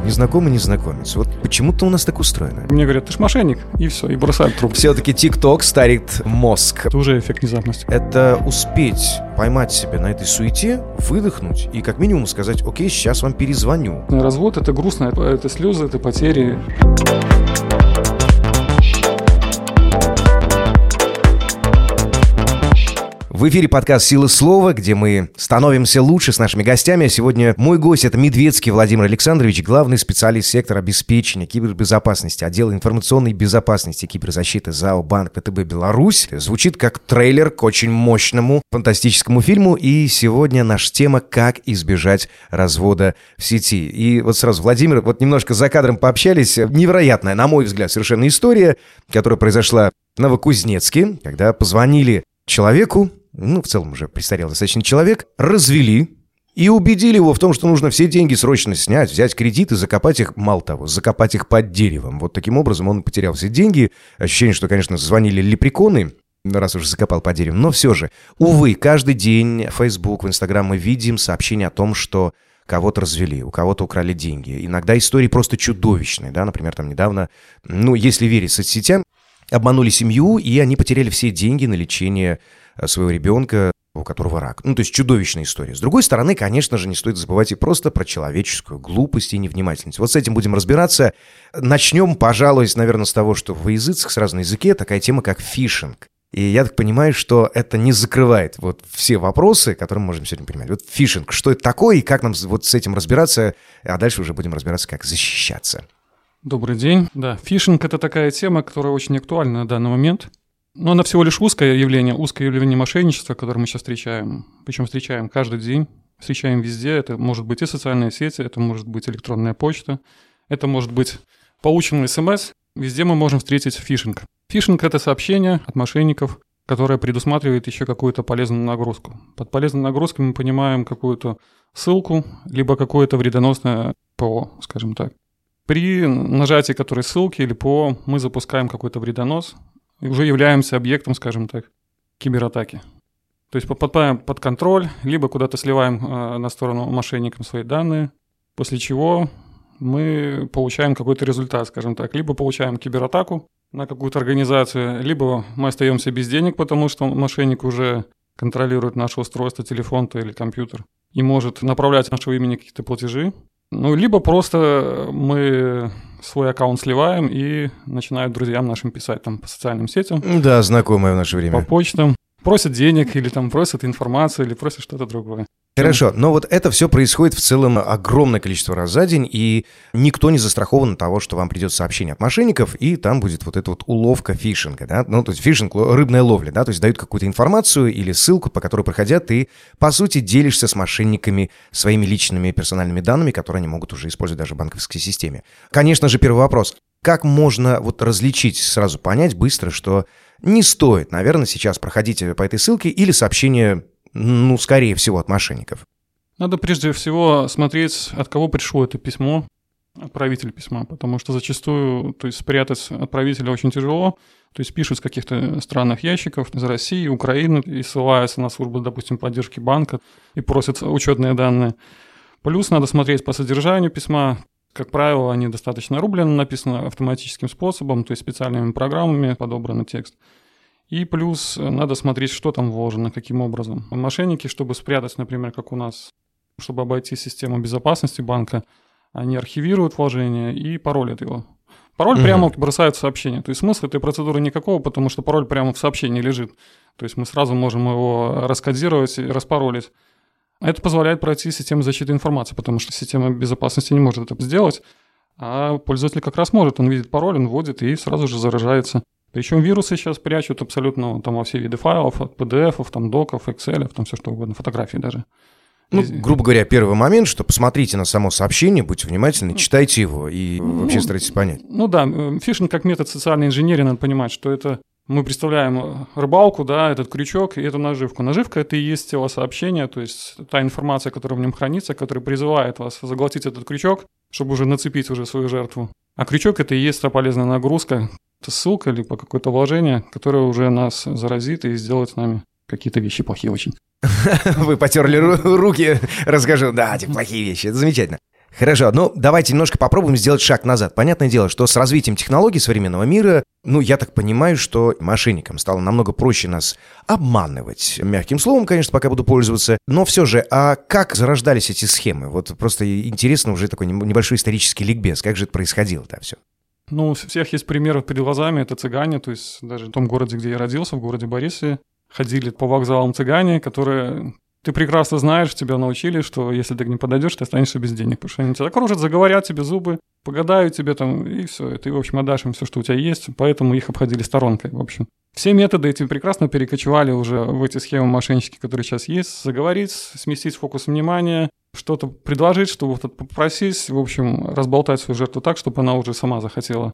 незнакомый незнакомец. Вот почему-то у нас так устроено. Мне говорят, ты ж мошенник, и все, и бросают трубку. Все-таки ТикТок старит мозг. Это уже эффект внезапности. Это успеть поймать себя на этой суете, выдохнуть и как минимум сказать: окей, сейчас вам перезвоню. Развод — это грустно, это слезы, это потери. В эфире подкаст «Сила слова», где мы становимся лучше с нашими гостями. А сегодня мой гость — это Медведский Владимир Александрович, главный специалист сектора обеспечения кибербезопасности, отдела информационной безопасности и киберзащиты ЗАО «Банк ВТБ Беларусь». Звучит как трейлер к очень мощному фантастическому фильму. И сегодня наша тема — как избежать развода в сети. И вот сразу, Владимир, вот немножко за кадром пообщались. Невероятная, на мой взгляд, совершенно история, которая произошла в Новокузнецке, когда позвонили человеку, в целом уже престарелый достаточно человек, развели и убедили его в том, что нужно все деньги срочно снять, взять кредит и закопать их, мало того, закопать их под деревом. Вот таким образом он потерял все деньги. Ощущение, что, конечно, звонили лепреконы, раз уже закопал под деревом. Но все же, увы, каждый день в Facebook, в Instagram мы видим сообщения о том, что кого-то развели, у кого-то украли деньги. Иногда истории просто чудовищные, да, например, там недавно, если верить соцсетям, обманули семью, и они потеряли все деньги на лечение своего ребенка, у которого рак. То есть чудовищная история. С другой стороны, конечно же, не стоит забывать и просто про человеческую глупость и невнимательность. Вот с этим будем разбираться. Начнем, пожалуй, наверное, с того, что в языцах, сразу на языке, такая тема, как фишинг. И я так понимаю, что это не закрывает вот все вопросы, которые мы можем сегодня понимать. Вот фишинг, что это такое и как нам вот с этим разбираться, а дальше уже будем разбираться, как защищаться. Добрый день. Да, фишинг — это такая тема, которая очень актуальна на данный момент. Но она всего лишь узкое явление мошенничества, которое мы сейчас встречаем. Причем встречаем каждый день, встречаем везде. Это может быть и социальные сети, это может быть электронная почта, это может быть полученный СМС. Везде мы можем встретить фишинг. Фишинг — это сообщение от мошенников, которое предусматривает еще какую-то полезную нагрузку. Под полезной нагрузкой мы понимаем какую-то ссылку, либо какое-то вредоносное ПО, скажем так. При нажатии которой ссылки или ПО мы запускаем какой-то вредонос и уже являемся объектом, скажем так, кибератаки. То есть попадаем под контроль, либо куда-то сливаем на сторону мошенникам свои данные, после чего мы получаем какой-то результат, скажем так. Либо получаем кибератаку на какую-то организацию, либо мы остаемся без денег, потому что мошенник уже контролирует наше устройство, телефон или компьютер и может направлять нашего имени какие-то платежи. Либо просто мы свой аккаунт сливаем и начинают друзьям нашим писать там по социальным сетям. Да, знакомое в наше время. По почтам. Просят денег или там просят информацию или просят что-то другое. Хорошо, но вот это все происходит в целом огромное количество раз за день, и никто не застрахован от того, что вам придет сообщение от мошенников, и там будет вот эта вот уловка фишинга, да, то есть фишинг, рыбная ловля, да, то есть дают какую-то информацию или ссылку, по которой проходя, ты, по сути, делишься с мошенниками своими личными персональными данными, которые они могут уже использовать даже в банковской системе. Конечно же, первый вопрос. Как можно вот различить, сразу понять быстро, что не стоит, наверное, сейчас проходить по этой ссылке или сообщение, скорее всего, от мошенников? Надо прежде всего смотреть, от кого пришло это письмо, отправитель письма, потому что зачастую, то есть спрятать отправителя очень тяжело, то есть пишут с каких-то странных ящиков из России, Украины и ссылаются на службу, допустим, поддержки банка и просят учетные данные. Плюс надо смотреть по содержанию письма. Как правило, они достаточно рублено написаны автоматическим способом, то есть специальными программами подобран текст. И плюс надо смотреть, что там вложено, каким образом. Мошенники, чтобы спрятать, например, как у нас, чтобы обойти систему безопасности банка, они архивируют вложение и паролят его. Пароль прямо бросают в сообщение. То есть смысла этой процедуры никакого, потому что пароль прямо в сообщении лежит. То есть мы сразу можем его раскодировать и распаролить. Это позволяет пройти систему защиты информации, потому что система безопасности не может это сделать, а пользователь как раз может. Он видит пароль, он вводит и сразу же заражается. Причем вирусы сейчас прячут абсолютно там во все виды файлов, от PDF, там, доков, Excel, там все что угодно, фотографии даже. Грубо говоря, первый момент, что посмотрите на само сообщение, будьте внимательны, читайте его и вообще старайтесь понять. Фишинг как метод социальной инженерии, надо понимать, что это мы представляем рыбалку, да, этот крючок и эту наживку. Наживка — это и есть тело сообщения, то есть та информация, которая в нем хранится, которая призывает вас заглотить этот крючок, чтобы уже нацепить уже свою жертву. А крючок — это и есть та полезная нагрузка, это ссылка или по какое-то вложение, которое уже нас заразит и сделает с нами какие-то вещи плохие очень. Вы потерли руки, расскажу. Да, эти плохие вещи, это замечательно. Хорошо, ну давайте немножко попробуем сделать шаг назад. Понятное дело, что с развитием технологий современного мира, я так понимаю, что мошенникам стало намного проще нас обманывать. Мягким словом, конечно, пока буду пользоваться. Но все же, а как зарождались эти схемы? Вот просто интересно уже такой небольшой исторический ликбез. Как же это происходило-то все? У всех есть примеры перед глазами, это цыгане, то есть даже в том городе, где я родился, в городе Борисе, ходили по вокзалам цыгане, которые... Ты прекрасно знаешь, тебя научили, что если ты к ним подойдешь, ты останешься без денег, потому что они тебя окружат, заговорят тебе зубы, погадают тебе там, и все, и ты, в общем, отдашь им все, что у тебя есть, поэтому их обходили сторонкой, в общем. Все методы эти прекрасно перекочевали уже в эти схемы мошеннические, которые сейчас есть, заговорить, сместить фокус внимания, что-то предложить, что-то попросить, в общем, разболтать свою жертву так, чтобы она уже сама захотела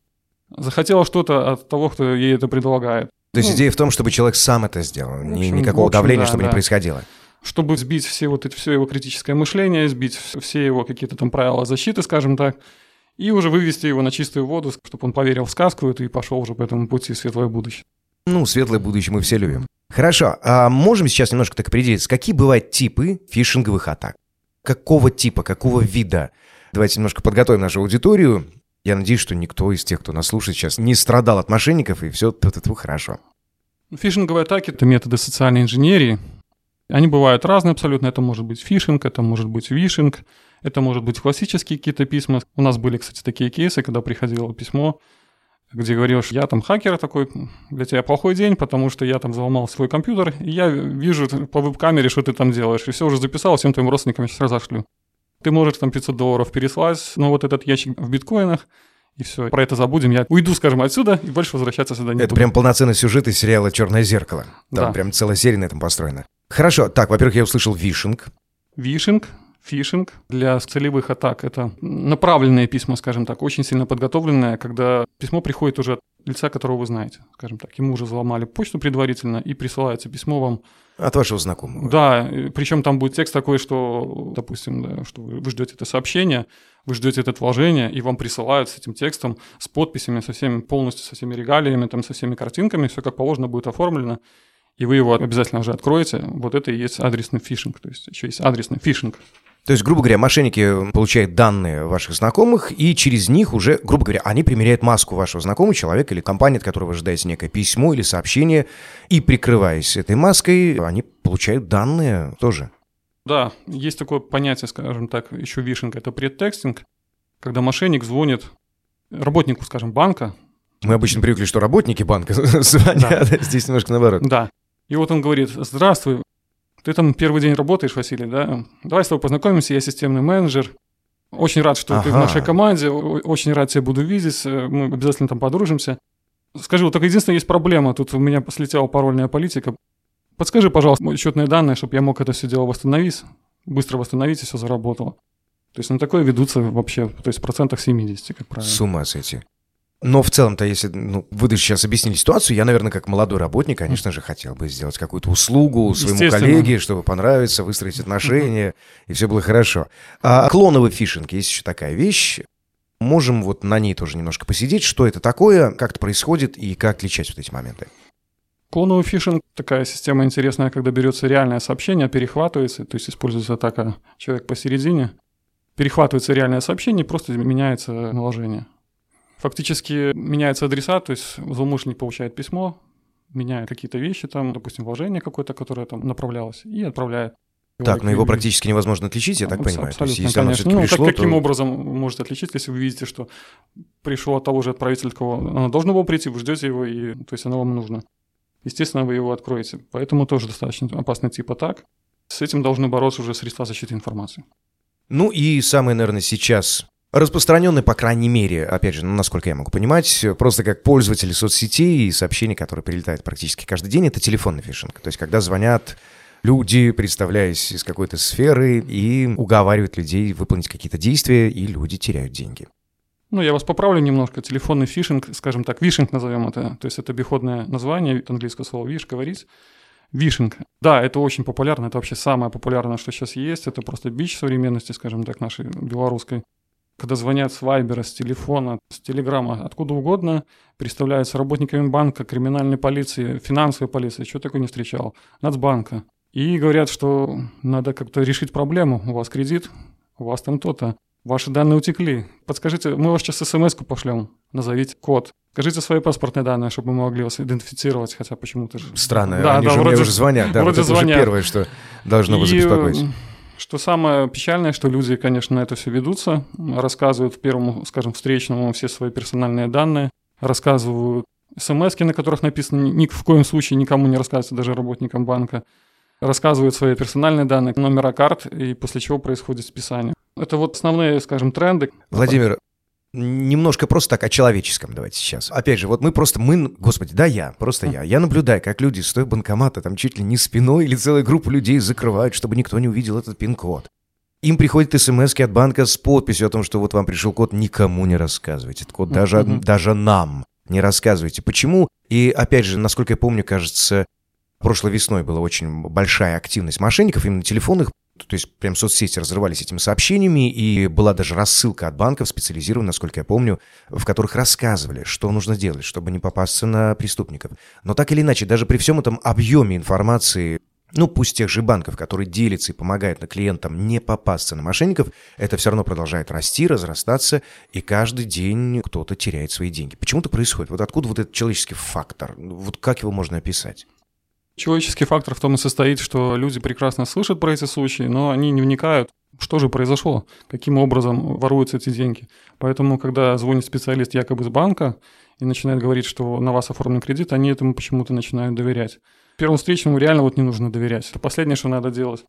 что-то от того, кто ей это предлагает. То есть идея в том, чтобы человек сам это сделал, никакого давления, чтобы не происходило. Чтобы сбить все его критическое мышление, сбить все его какие-то там правила защиты, скажем так, и уже вывести его на чистую воду, чтобы он поверил в сказку эту и пошел уже по этому пути в светлое будущее. Светлое будущее мы все любим. Хорошо, а можем сейчас немножко так определиться, какие бывают типы фишинговых атак? Какого типа, какого вида? Давайте немножко подготовим нашу аудиторию. Я надеюсь, что никто из тех, кто нас слушает сейчас, не страдал от мошенников, и все хорошо. Фишинговые атаки – это методы социальной инженерии. Они бывают разные абсолютно. Это может быть фишинг, это может быть вишинг, это может быть классические какие-то письма. У нас были, кстати, такие кейсы, когда приходило письмо, где говорил, что я там хакер такой, для тебя плохой день, потому что я там взломал свой компьютер, и я вижу по веб-камере, что ты там делаешь, и все уже записал, всем твоим родственникам сейчас разошлю. Ты можешь там $500 переслать, но вот этот ящик в биткоинах, и все, про это забудем, я уйду, скажем, отсюда и больше возвращаться сюда не буду. Это прям полноценный сюжет из сериала «Черное зеркало». Там прям целая серия на этом построена. Хорошо, так, во-первых, я услышал вишинг. Вишинг, фишинг для целевых атак – это направленные письма, скажем так, очень сильно подготовленные, когда письмо приходит уже от лица, которого вы знаете, скажем так. Ему уже взломали почту предварительно и присылается письмо вам. От вашего знакомого. Да, причем там будет текст такой, что, допустим, да, что вы ждете это сообщение, вы ждете это вложение, и вам присылают с этим текстом, с подписями, со всеми, полностью со всеми регалиями, там, со всеми картинками, все как положено будет оформлено. И вы его обязательно уже откроете. Вот это и есть адресный фишинг. То есть еще есть адресный фишинг. То есть, грубо говоря, мошенники получают данные ваших знакомых, и через них уже, грубо говоря, они примеряют маску вашего знакомого человека или компании, от которого вы ожидаете некое письмо или сообщение, и, прикрываясь этой маской, они получают данные тоже. Да, есть такое понятие, скажем так, еще вишинг, это предтекстинг, когда мошенник звонит работнику, скажем, банка. Мы обычно привыкли, что работники банка звонят, да. Здесь немножко наоборот. Да. И вот он говорит: здравствуй, ты там первый день работаешь, Василий, да? Давай с тобой познакомимся, я системный менеджер. Очень рад, что ты в нашей команде, очень рад тебя буду видеть, мы обязательно там подружимся. Скажи, вот только единственная есть проблема, тут у меня слетела парольная политика. Подскажи, пожалуйста, учетные данные, чтобы я мог это все дело восстановить, быстро восстановить, и все заработало. То есть на такое ведутся вообще, то есть в 70%, как правило. С ума сойти. Но в целом-то, если вы сейчас объяснили ситуацию, я, наверное, как молодой работник, конечно же, хотел бы сделать какую-то услугу своему коллеге, чтобы понравиться, выстроить отношения, и все было хорошо. А клоновый фишинг, есть еще такая вещь. Можем вот на ней тоже немножко посидеть. Что это такое, как это происходит и как отличать вот эти моменты? Клоновый фишинг – такая система интересная, когда берется реальное сообщение, перехватывается, то есть используется атака человек посередине, перехватывается реальное сообщение и просто меняется наложение. Фактически меняются адреса, то есть злоумышленник получает письмо, меняет какие-то вещи, там, допустим, вложение какое-то, которое там направлялось, и отправляет. Так, но его практически невозможно отличить, я так понимаю. Абсолютно, то есть, если конечно. оно все-таки пришло, каким образом вы можете отличить, если вы видите, что пришло от того же отправителя, кого оно должно было прийти, вы ждете его, и, то есть оно вам нужно. Естественно, вы его откроете. Поэтому тоже достаточно опасный тип атак. С этим должны бороться уже средства защиты информации. Ну и самое, наверное, сейчас распространенный, по крайней мере, опять же, насколько я могу понимать, просто как пользователи соцсетей и сообщений, которые прилетают практически каждый день, это телефонный фишинг. То есть, когда звонят люди, представляясь из какой-то сферы, и уговаривают людей выполнить какие-то действия, и люди теряют деньги. Ну, я вас поправлю немножко. Телефонный фишинг, скажем так, вишинг назовем это. То есть, это обиходное название от английского слова «виш» — говорить. Вишинг. Да, это очень популярно, это вообще самое популярное, что сейчас есть. Это просто бич современности, скажем так, нашей белорусской. Когда звонят с Вайбера, с телефона, с Телеграма, откуда угодно, представляются работниками банка, криминальной полиции, финансовой полиции, чего такое не встречал, Нацбанка. И говорят, что надо как-то решить проблему. У вас кредит, у вас там то-то. Ваши данные утекли. Подскажите, мы вас сейчас смс-ку пошлем. Назовите код. Скажите свои паспортные данные, чтобы мы могли вас идентифицировать, хотя почему-то же... Странно, да, они же мне уже звонят. Да, вроде вот это звонят. Уже первое, что должно вас беспокоить. Что самое печальное, что люди, конечно, на это все ведутся, рассказывают первому, скажем, встречному все свои персональные данные, рассказывают смс-ки, на которых написано ни в коем случае никому не рассказывается, даже работникам банка, рассказывают свои персональные данные, номера карт, и после чего происходит списание. Это вот основные, скажем, тренды. Владимир, немножко просто так о человеческом давайте сейчас. Опять же, вот господи, да я наблюдаю, как люди стоя банкомата там чуть ли не спиной или целая группа людей закрывают, чтобы никто не увидел этот пин-код. Им приходят смс-ки от банка с подписью о том, что вот вам пришел код, никому не рассказывайте. Этот код даже нам не рассказывайте. Почему? И опять же, насколько я помню, кажется, прошлой весной была очень большая активность мошенников именно телефонных. То есть прям соцсети разрывались этими сообщениями, и была даже рассылка от банков специализированная, насколько я помню, в которых рассказывали, что нужно делать, чтобы не попасться на преступников. Но так или иначе, даже при всем этом объеме информации, пусть тех же банков, которые делятся и помогают клиентам не попасться на мошенников, это все равно продолжает расти, разрастаться, и каждый день кто-то теряет свои деньги. Почему это происходит? Вот откуда вот этот человеческий фактор? Вот как его можно описать? Человеческий фактор в том и состоит, что люди прекрасно слышат про эти случаи, но они не вникают, что же произошло, каким образом воруются эти деньги. Поэтому, когда звонит специалист якобы из банка и начинает говорить, что на вас оформлен кредит, они этому почему-то начинают доверять. Первому встречному реально не нужно доверять. Это последнее, что надо делать.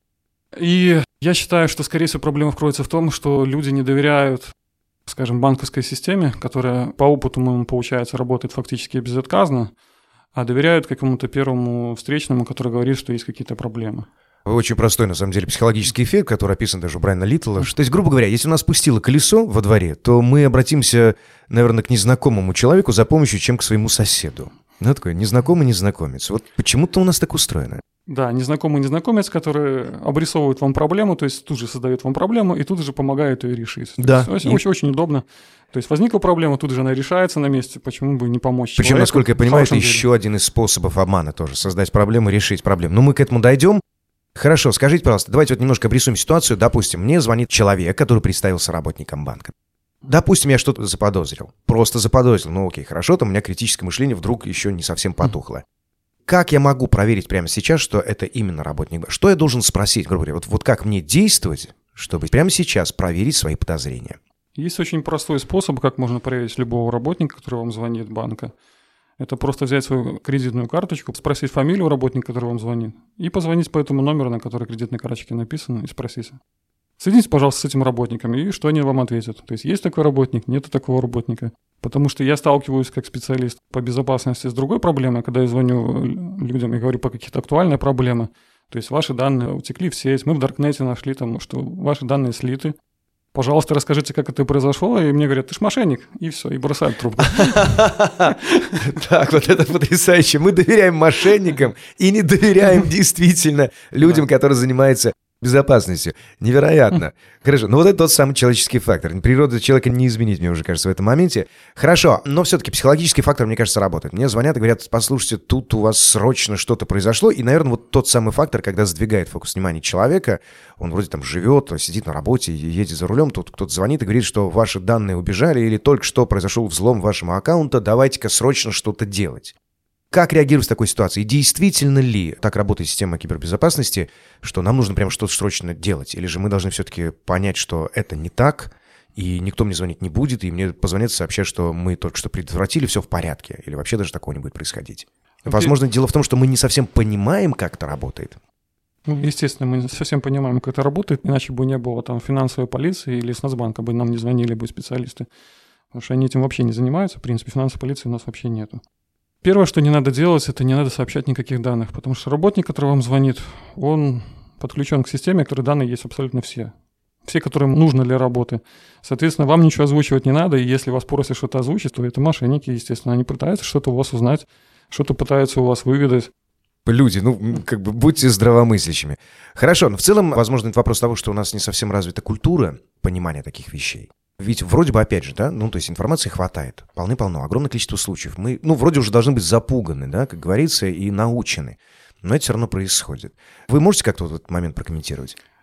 И я считаю, что, скорее всего, проблема кроется в том, что люди не доверяют, скажем, банковской системе, которая по опыту моему, получается, работает фактически безотказно, а доверяют какому-то первому встречному, который говорит, что есть какие-то проблемы. Очень простой, на самом деле, психологический эффект, который описан даже у Брайана Литтла. То есть, грубо говоря, если у нас пустило колесо во дворе, то мы обратимся, наверное, к незнакомому человеку за помощью, чем к своему соседу. Такой незнакомый незнакомец. Вот почему-то у нас так устроено. Да, незнакомый незнакомец, который обрисовывает вам проблему, то есть тут же создает вам проблему и тут же помогает ее решить. Да. Очень удобно. То есть возникла проблема, тут же она решается на месте, почему бы не помочь Причем, насколько я понимаю, это еще один из способов обмана тоже, создать проблему, решить проблему. Но мы к этому дойдем. Хорошо, скажите, пожалуйста, давайте вот немножко обрисуем ситуацию. Допустим, мне звонит человек, который представился работником банка. Допустим, я что-то заподозрил. Просто заподозрил. Окей, хорошо, там у меня критическое мышление вдруг еще не совсем потухло. Как я могу проверить прямо сейчас, что это именно работник банка? Что я должен спросить, грубо говоря? Вот как мне действовать, чтобы прямо сейчас проверить свои подозрения? Есть очень простой способ, как можно проверить любого работника, который вам звонит банка. Это просто взять свою кредитную карточку, спросить фамилию работника, который вам звонит, и позвонить по этому номеру, на который кредитной карточке написано, и спросить: соедините, пожалуйста, с этим работником, и что они вам ответят. То есть такой работник, нету такого работника. Потому что я сталкиваюсь как специалист по безопасности с другой проблемой, когда я звоню людям и говорю по какие-то актуальные проблемы. То есть ваши данные утекли в сеть, мы в Даркнете нашли, что ваши данные слиты. Пожалуйста, расскажите, как это произошло. И мне говорят: ты ж мошенник. И все, и бросают трубку. Так, вот это потрясающе. Мы доверяем мошенникам и не доверяем действительно людям, которые занимаются безопасностью. Невероятно. Хорошо, вот это тот самый человеческий фактор. Природу человека не изменить, мне уже кажется, в этом моменте. Хорошо, но все-таки психологический фактор, мне кажется, работает. Мне звонят и говорят: послушайте, тут у вас срочно что-то произошло. И, наверное, вот тот самый фактор, когда сдвигает фокус внимания человека, он вроде там живет, сидит на работе, едет за рулем, тут кто-то звонит и говорит, что ваши данные убежали или только что произошел взлом вашего аккаунта, давайте-ка срочно что-то делать. Как реагировать в такой ситуации? И действительно ли так работает система кибербезопасности, что нам нужно прямо что-то срочно делать? Или же мы должны все-таки понять, что это не так, и никто мне звонить не будет, и мне позвонят и сообщат, что мы только что предотвратили, все в порядке, или вообще даже такого не будет происходить? Возможно, дело в том, что мы не совсем понимаем, как это работает. Естественно, мы не совсем понимаем, как это работает, иначе бы не было там финансовой полиции или с Нацбанка бы нам не звонили бы специалисты, потому что они этим вообще не занимаются, в принципе, финансовой полиции у нас вообще нету. Первое, что не надо делать, это не надо сообщать никаких данных, потому что работник, который вам звонит, он подключен к системе, которой данные есть абсолютно все. Все, которым нужно для работы. Соответственно, вам ничего озвучивать не надо, и если вас просят что-то озвучить, то это мошенники, естественно. Они пытаются что-то у вас узнать, что-то пытаются у вас выведать. Люди, будьте здравомыслящими. Хорошо, но в целом, возможно, это вопрос того, что у нас не совсем развита культура понимания таких вещей. Ведь вроде бы, опять же, да, то есть информации хватает, полны-полно, огромное количество случаев. Мы, вроде уже должны быть запуганы, да, как говорится, и научены. Но это все равно происходит. Вы можете как-то вот этот момент прокомментировать?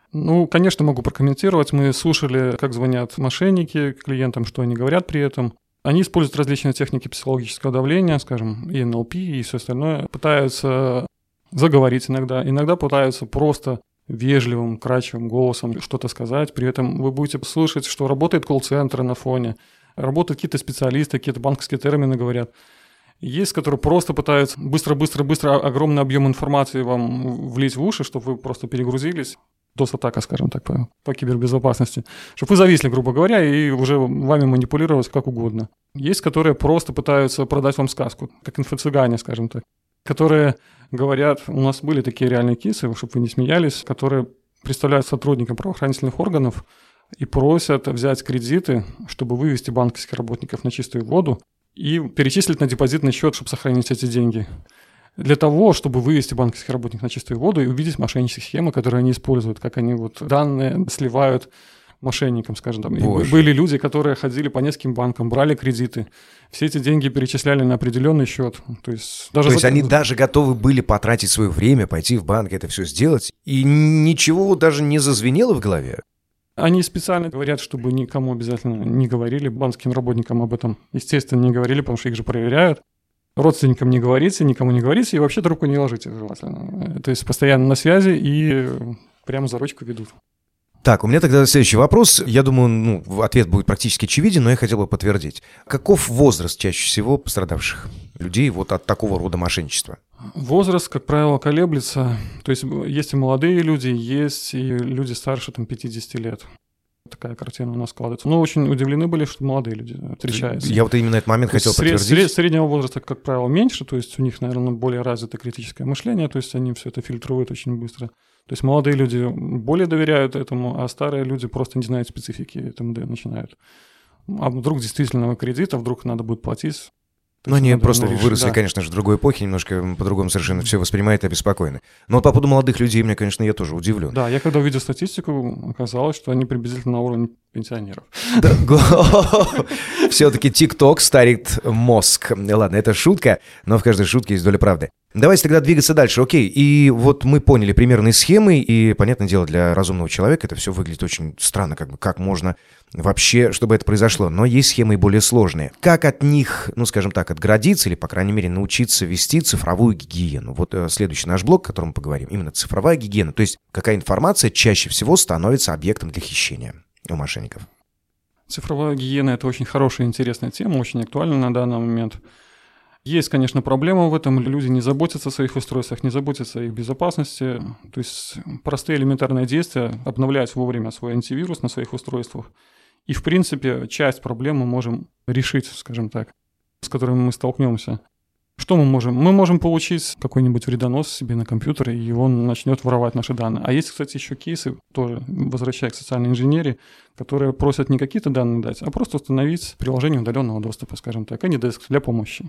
Ну, конечно, могу прокомментировать. Мы слушали, как звонят мошенники клиентам, что они говорят при этом. Они используют различные техники психологического давления, скажем, и НЛП, и все остальное. Пытаются заговорить иногда. Иногда пытаются просто вежливым, кратчевым голосом что-то сказать. При этом вы будете слышать, что работает колл-центр на фоне, работают какие-то специалисты, какие-то банковские термины говорят. Есть, которые просто пытаются быстро огромный объем информации вам влить в уши, чтобы вы просто перегрузились. DOS-атака, скажем так, по кибербезопасности. Чтобы вы зависли, грубо говоря, и уже вами манипулировать как угодно. Есть, которые просто пытаются продать вам сказку, как инфо-цыгане, скажем так. Которые говорят, у нас были такие реальные кейсы, чтобы вы не смеялись, которые представляют сотрудникам правоохранительных органов и просят взять кредиты, чтобы вывести банковских работников на чистую воду и перечислить на депозитный счет, чтобы сохранить эти деньги. Для того, чтобы вывести банковских работников на чистую воду и увидеть мошеннические схемы, которые они используют, как они данные сливают мошенникам, скажем так. Были люди, которые ходили по нескольким банкам, брали кредиты, все эти деньги перечисляли на определенный счет. То есть они даже готовы были потратить свое время, пойти в банк, это все сделать, и ничего даже не зазвенело в голове? Они специально говорят, чтобы никому обязательно не говорили, банковским работникам об этом, естественно, не говорили, потому что их же проверяют. Родственникам не говорите, никому не говорите, и вообще трубку не ложите желательно. То есть постоянно на связи и прямо за ручку ведут. Так, у меня тогда следующий вопрос. Я думаю, ответ будет практически очевиден, но я хотел бы подтвердить. Каков возраст чаще всего пострадавших людей от такого рода мошенничества? Возраст, как правило, колеблется. То есть есть и молодые люди, есть и люди старше 50 лет. Такая картина у нас складывается. Но очень удивлены были, что молодые люди встречаются. Я именно этот момент хотел подтвердить. Среднего возраста, как правило, меньше, то есть у них, наверное, более развито критическое мышление, то есть они все это фильтруют очень быстро. То есть молодые люди более доверяют этому, а старые люди просто не знают специфики этому, начинают. А вдруг действительно кредит, а вдруг надо будет платить. Но они просто выросли, конечно же, в другой эпохе, немножко по-другому совершенно все воспринимают и обеспокоены. Но по поводу молодых людей, я тоже удивлен. Да, я когда увидел статистику, оказалось, что они приблизительно на уровне пенсионеров. Все-таки ТикТок старит мозг. Ладно, это шутка, но в каждой шутке есть доля правды. Давайте тогда двигаться дальше. Окей, и мы поняли примерные схемы, и, понятное дело, для разумного человека это все выглядит очень странно, как можно вообще, чтобы это произошло. Но есть схемы и более сложные. Как от них, скажем так, отгородиться или, по крайней мере, научиться вести цифровую гигиену? Следующий наш блок, о котором мы поговорим, именно цифровая гигиена. То есть какая информация чаще всего становится объектом для хищения у мошенников? Цифровая гигиена – это очень хорошая и интересная тема, очень актуальна на данный момент. Есть, конечно, проблема в этом. Люди не заботятся о своих устройствах, не заботятся о их безопасности. То есть простые элементарные действия, обновлять вовремя свой антивирус на своих устройствах. И, в принципе, часть проблем мы можем решить, скажем так, с которыми мы столкнемся. Что мы можем? Мы можем получить какой-нибудь вредонос себе на компьютер, и он начнет воровать наши данные. А есть, кстати, еще кейсы, тоже возвращаясь к социальной инженерии, которые просят не какие-то данные дать, а просто установить приложение удаленного доступа, скажем так, AnyDesk для помощи.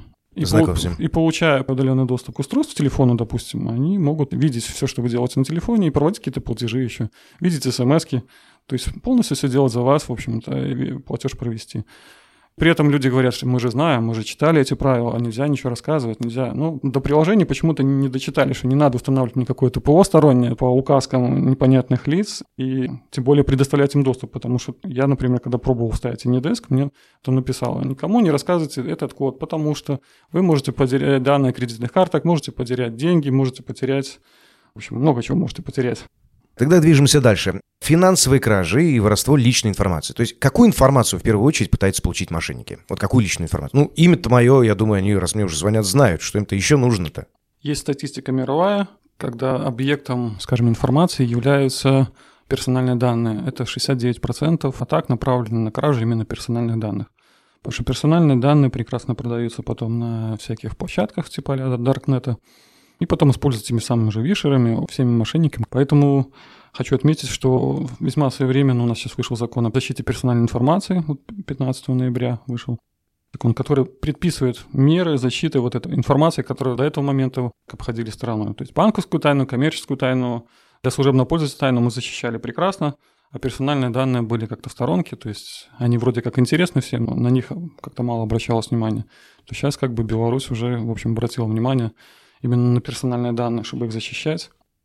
И получая удаленный доступ к устройству, телефону, допустим, они могут видеть все, что вы делаете на телефоне, и проводить какие-то платежи еще, видеть смс-ки, то есть полностью все делать за вас, в общем-то, и платеж провести. При этом люди говорят, что мы же знаем, мы же читали эти правила, а нельзя ничего рассказывать, нельзя. До приложения почему-то не дочитали, что не надо устанавливать никакое ПО стороннее по указкам непонятных лиц и тем более предоставлять им доступ, потому что я, например, когда пробовал вставить AnyDesk, мне там написало: никому не рассказывайте этот код, потому что вы можете потерять данные кредитных карток, можете потерять деньги, можете потерять, в общем, много чего можете потерять. Тогда движемся дальше. Финансовые кражи и воровство личной информации. То есть какую информацию в первую очередь пытаются получить мошенники? Какую личную информацию? Имя-то мое, я думаю, они, раз мне уже звонят, знают, что им-то еще нужно-то. Есть статистика мировая, когда объектом, скажем, информации являются персональные данные. Это 69% атак направлены на кражу именно персональных данных. Потому что персональные данные прекрасно продаются потом на всяких площадках типа Даркнета. И потом использовать теми самыми же вишерами, всеми мошенниками. Поэтому хочу отметить, что весьма своевременно у нас сейчас вышел закон о защите персональной информации. 15 ноября вышел закон, который предписывает меры защиты этой информации, которая до этого момента обходили стороной. То есть банковскую тайну, коммерческую тайну, для служебного пользователя тайну мы защищали прекрасно, а персональные данные были как-то в сторонке, то есть они вроде как интересны всем, но на них как-то мало обращалось внимания. То сейчас Беларусь уже, в общем, обратила внимание именно на персональные данные, чтобы их защищать.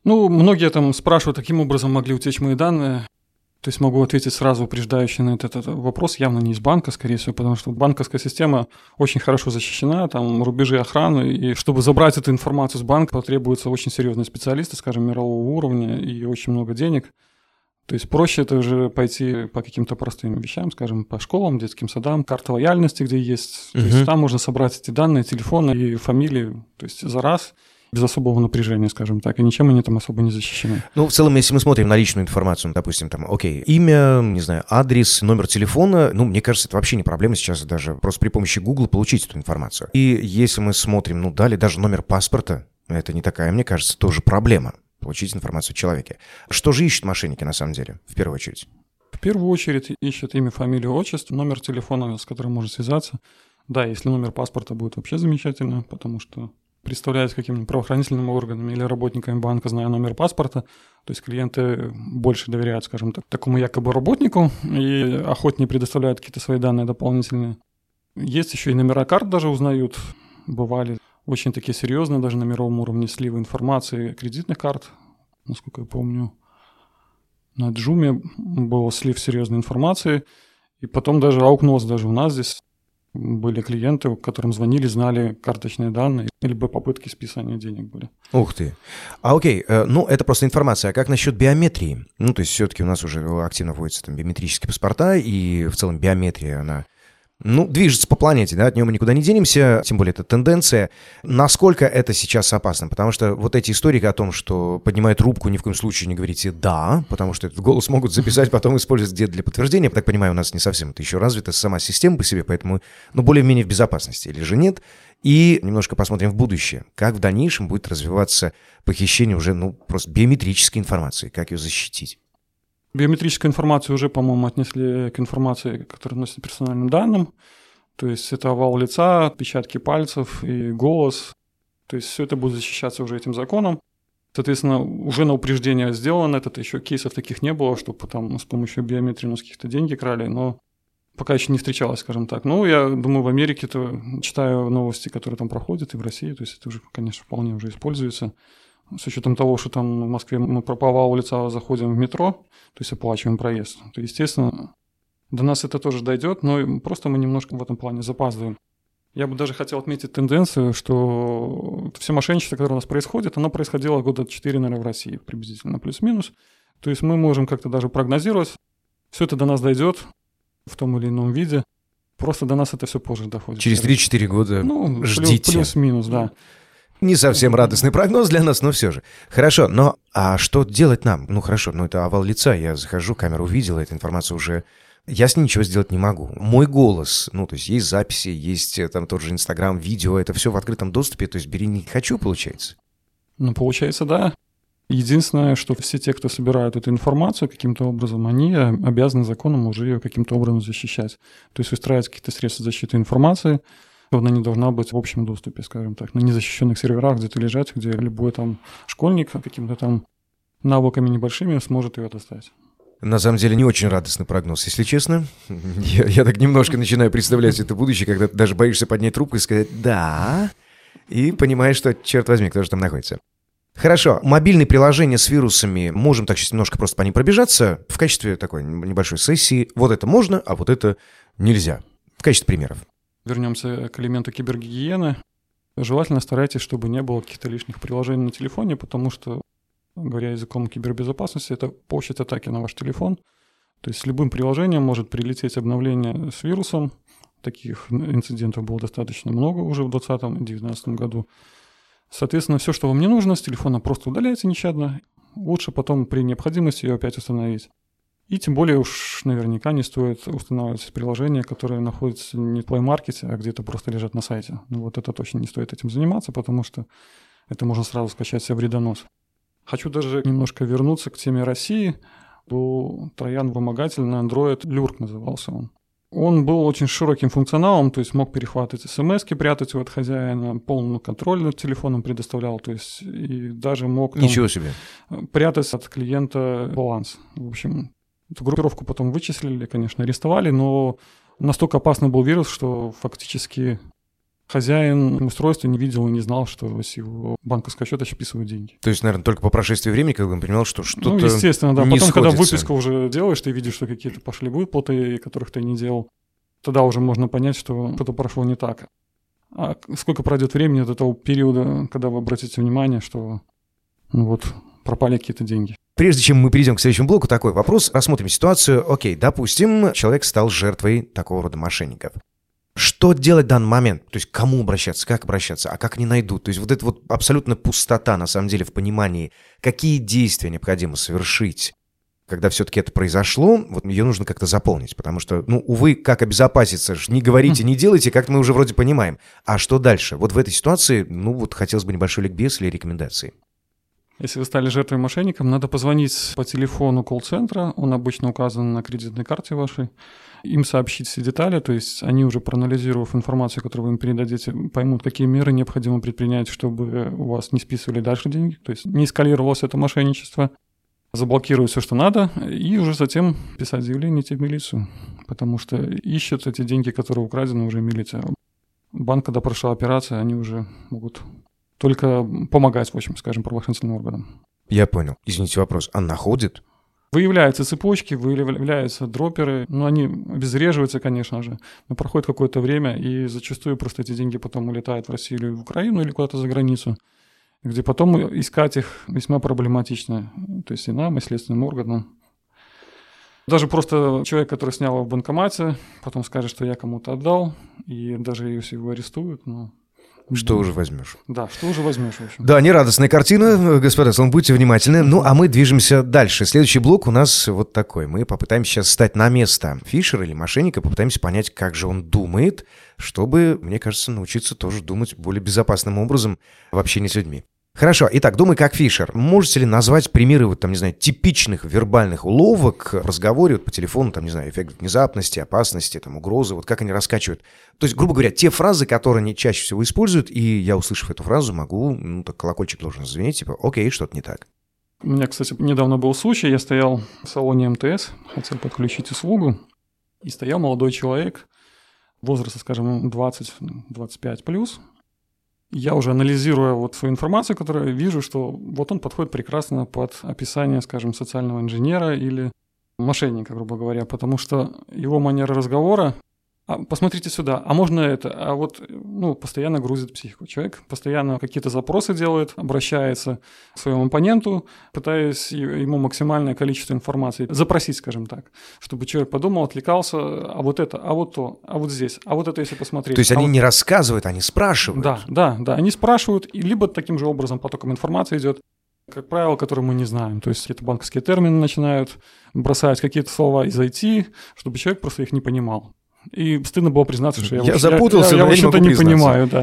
Ну, многие там спрашивают, каким образом могли утечь мои данные. То есть могу ответить сразу упреждающе на этот вопрос, явно не из банка, скорее всего, потому что банковская система очень хорошо защищена, там рубежи охраны, и чтобы забрать эту информацию с банка, потребуются очень серьезные специалисты, скажем, мирового уровня и очень много денег. То есть проще это уже пойти по каким-то простым вещам, скажем, по школам, детским садам, карта лояльности, где есть. То есть там можно собрать эти данные, телефоны и фамилии, то есть за раз, без особого напряжения, скажем так, и ничем они там особо не защищены. Ну, в целом, если мы смотрим на личную информацию, допустим, там, окей, имя, не знаю, адрес, номер телефона, ну, мне кажется, это вообще не проблема сейчас даже просто при помощи Google получить эту информацию. И если мы смотрим, ну, далее даже номер паспорта, это не такая, мне кажется, тоже проблема. Получить информацию о человеке. Что же ищут мошенники на самом деле, в первую очередь? В первую очередь ищут имя, фамилию, отчество, номер телефона, с которым можно связаться. Да, если номер паспорта будет вообще замечательно, потому что представляясь какими-нибудь правоохранительными органами или работниками банка, зная номер паспорта, то есть клиенты больше доверяют, скажем так, такому якобы работнику и охотнее предоставляют какие-то свои данные дополнительные. Есть еще и номера карт даже узнают, бывали очень такие серьезные, даже на мировом уровне сливы информации кредитных карт, насколько я помню. На Джуме был слив серьезной информации, и потом даже аукнулось даже у нас здесь. Были клиенты, которым звонили, знали карточные данные, либо попытки списания денег были. Ух ты. Окей, ну это просто информация. А как насчет биометрии? Ну, то есть все-таки у нас уже активно вводятся там биометрические паспорта, и в целом биометрия, она... Ну, движется по планете, да, от нее мы никуда не денемся, тем более это тенденция. Насколько это сейчас опасно? Потому что вот эти истории о том, что поднимают трубку, ни в коем случае не говорите «да», потому что этот голос могут записать, потом использовать где-то для подтверждения. Я так понимаю, у нас не совсем это еще развита сама система по себе, поэтому, ну, более-менее в безопасности или же нет. И немножко посмотрим в будущее, как в дальнейшем будет развиваться похищение уже, ну, просто биометрической информации, как ее защитить. Биометрическую информацию уже, по-моему, отнесли к информации, которая относится к персональным данным. То есть это овал лица, отпечатки пальцев и голос. То есть все это будет защищаться уже этим законом. Соответственно, уже на упреждение сделано это, еще кейсов таких не было, чтобы там с помощью биометрии у нас каких-то деньги крали, но пока еще не встречалось, скажем так. Ну, я думаю, в Америке-то читаю новости, которые там проходят, и в России, то есть это уже, конечно, вполне уже используется. С учетом того, что там в Москве мы по овалу лица заходим в метро, то есть оплачиваем проезд, то, естественно, до нас это тоже дойдет, но просто мы немножко в этом плане запаздываем. Я бы даже хотел отметить тенденцию, что все мошенничество, которое у нас происходит, оно происходило года 4, наверное, в России, приблизительно, плюс-минус. То есть мы можем как-то даже прогнозировать, все это до нас дойдет в том или ином виде, просто до нас это все позже доходит. Через 3-4 года ждите. Плюс-минус, да. Не совсем радостный прогноз для нас, но все же. Хорошо, но а что делать нам? Ну хорошо, ну это овал лица, я захожу, камеру увидел, эта информация уже... Я с ней ничего сделать не могу. Мой голос, ну то есть есть записи, есть там тот же Инстаграм, видео, это все в открытом доступе, то есть бери не хочу, получается? Ну получается, да. Единственное, что все те, кто собирают эту информацию каким-то образом, они обязаны законом уже ее каким-то образом защищать. То есть устраивать какие-то средства защиты информации, она не должна быть в общем доступе, скажем так, на незащищенных серверах где-то лежать, где любой там школьник какими-то там навыками небольшими сможет ее достать. На самом деле не очень радостный прогноз, если честно. Я так немножко начинаю представлять это будущее, когда ты даже боишься поднять трубку и сказать «да», и понимаешь, что, черт возьми, кто же там находится. Хорошо, мобильные приложения с вирусами, можем так сейчас немножко просто по ним пробежаться в качестве такой небольшой сессии. Вот это можно, а вот это нельзя. В качестве примеров. Вернемся к элементу кибергигиены. Желательно старайтесь, чтобы не было каких-то лишних приложений на телефоне, потому что, говоря языком кибербезопасности, это площадь атаки на ваш телефон. То есть с любым приложением может прилететь обновление с вирусом. Таких инцидентов было достаточно много уже в 2020 и 2019 году. Соответственно, все, что вам не нужно, с телефона просто удаляйте нещадно. Лучше потом при необходимости ее опять установить. И тем более уж наверняка не стоит устанавливать приложения, которые находятся не в Play Market, а где-то просто лежат на сайте. Ну вот это точно не стоит этим заниматься, потому что это можно сразу скачать себе вредонос. Хочу даже немножко вернуться к теме России. Был троян-вымогатель на Android, Люрк назывался он. Он был очень широким функционалом, то есть мог перехватывать смс-ки, прятать его от хозяина, полный контроль над телефоном предоставлял, то есть и даже мог Ничего себе. Прятать от клиента баланс. В общем, эту группировку потом вычислили, конечно, арестовали, но настолько опасный был вирус, что фактически хозяин устройства не видел и не знал, что с его банковского счета списывают деньги. То есть, наверное, только по прошествии времени, когда он понимал, что что-то Ну, естественно, да. не Потом, сходится. когда выписку уже делаешь, ты видишь, что какие-то пошли выплаты, которых ты не делал. Тогда уже можно понять, что что-то прошло не так. А сколько пройдет времени до того периода, когда вы обратите внимание, что пропали какие-то деньги. Прежде чем мы перейдем к следующему блоку, такой вопрос. Рассмотрим ситуацию. Окей, допустим, человек стал жертвой такого рода мошенников. Что делать в данный момент? То есть к кому обращаться, как обращаться, а как они найдут? То есть вот эта вот абсолютно пустота, на самом деле, в понимании, какие действия необходимо совершить, когда все-таки это произошло, вот ее нужно как-то заполнить, потому что, увы, как обезопаситься, не говорите, не делайте, как мы уже вроде понимаем. А что дальше? Вот в этой ситуации, хотелось бы небольшой ликбез или рекомендации. Если вы стали жертвой мошенников, надо позвонить по телефону колл-центра, он обычно указан на кредитной карте вашей, им сообщить все детали, то есть они уже, проанализировав информацию, которую вы им передадите, поймут, какие меры необходимо предпринять, чтобы у вас не списывали дальше деньги, то есть не эскалировалось это мошенничество, заблокируют все, что надо, и уже затем писать заявление идти в милицию, потому что ищут эти деньги, которые украдены, уже милиция. Банк, когда прошла операция, они уже могут только помогать, в общем, скажем, правоохранительным органам. Я понял. Извините, вопрос. А находит? Выявляются цепочки, выявляются дроперы, они обезвреживаются, конечно же, но проходит какое-то время, и зачастую просто эти деньги потом улетают в Россию или в Украину, или куда-то за границу, где потом искать их весьма проблематично, то есть и нам, и следственным органам. Даже просто человек, который снял его в банкомате, потом скажет, что я кому-то отдал, и даже если его арестуют, Что уже возьмешь? Да, что уже возьмешь, в общем. Да, нерадостная картина, господа, будьте внимательны. А мы движемся дальше. Следующий блок у нас вот такой. Мы попытаемся сейчас встать на место фишера или мошенника, попытаемся понять, как же он думает, чтобы, мне кажется, научиться тоже думать более безопасным образом в общении с людьми. Хорошо, итак, думай как фишер. Можете ли назвать примеры, типичных вербальных уловок в разговоре по телефону, эффект внезапности, опасности, угрозы, как они раскачивают? То есть, грубо говоря, те фразы, которые они чаще всего используют, и я, услышав эту фразу, могу, колокольчик должен зазвенеть, окей, что-то не так. У меня, кстати, недавно был случай, я стоял в салоне МТС, хотел подключить услугу, и стоял молодой человек, возраста, скажем, 20-25 плюс. Я уже анализируя свою информацию, которую вижу, что он подходит прекрасно под описание, скажем, социального инженера или мошенника, грубо говоря, потому что его манера разговора, посмотрите сюда, а можно это, постоянно грузит психику. Человек постоянно какие-то запросы делает, обращается к своему оппоненту, пытаясь ему максимальное количество информации запросить, скажем так, чтобы человек подумал, отвлекался, а вот это, а вот то, а вот здесь, а вот это если посмотреть. То есть они не рассказывают, они спрашивают. Да, они спрашивают, и либо таким же образом потоком информации идет, как правило, которые мы не знаем. То есть какие-то банковские термины начинают бросать, какие-то слова из IT, чтобы человек просто их не понимал. И стыдно было признаться, что я запутался, я вообще-то не понимаю, да.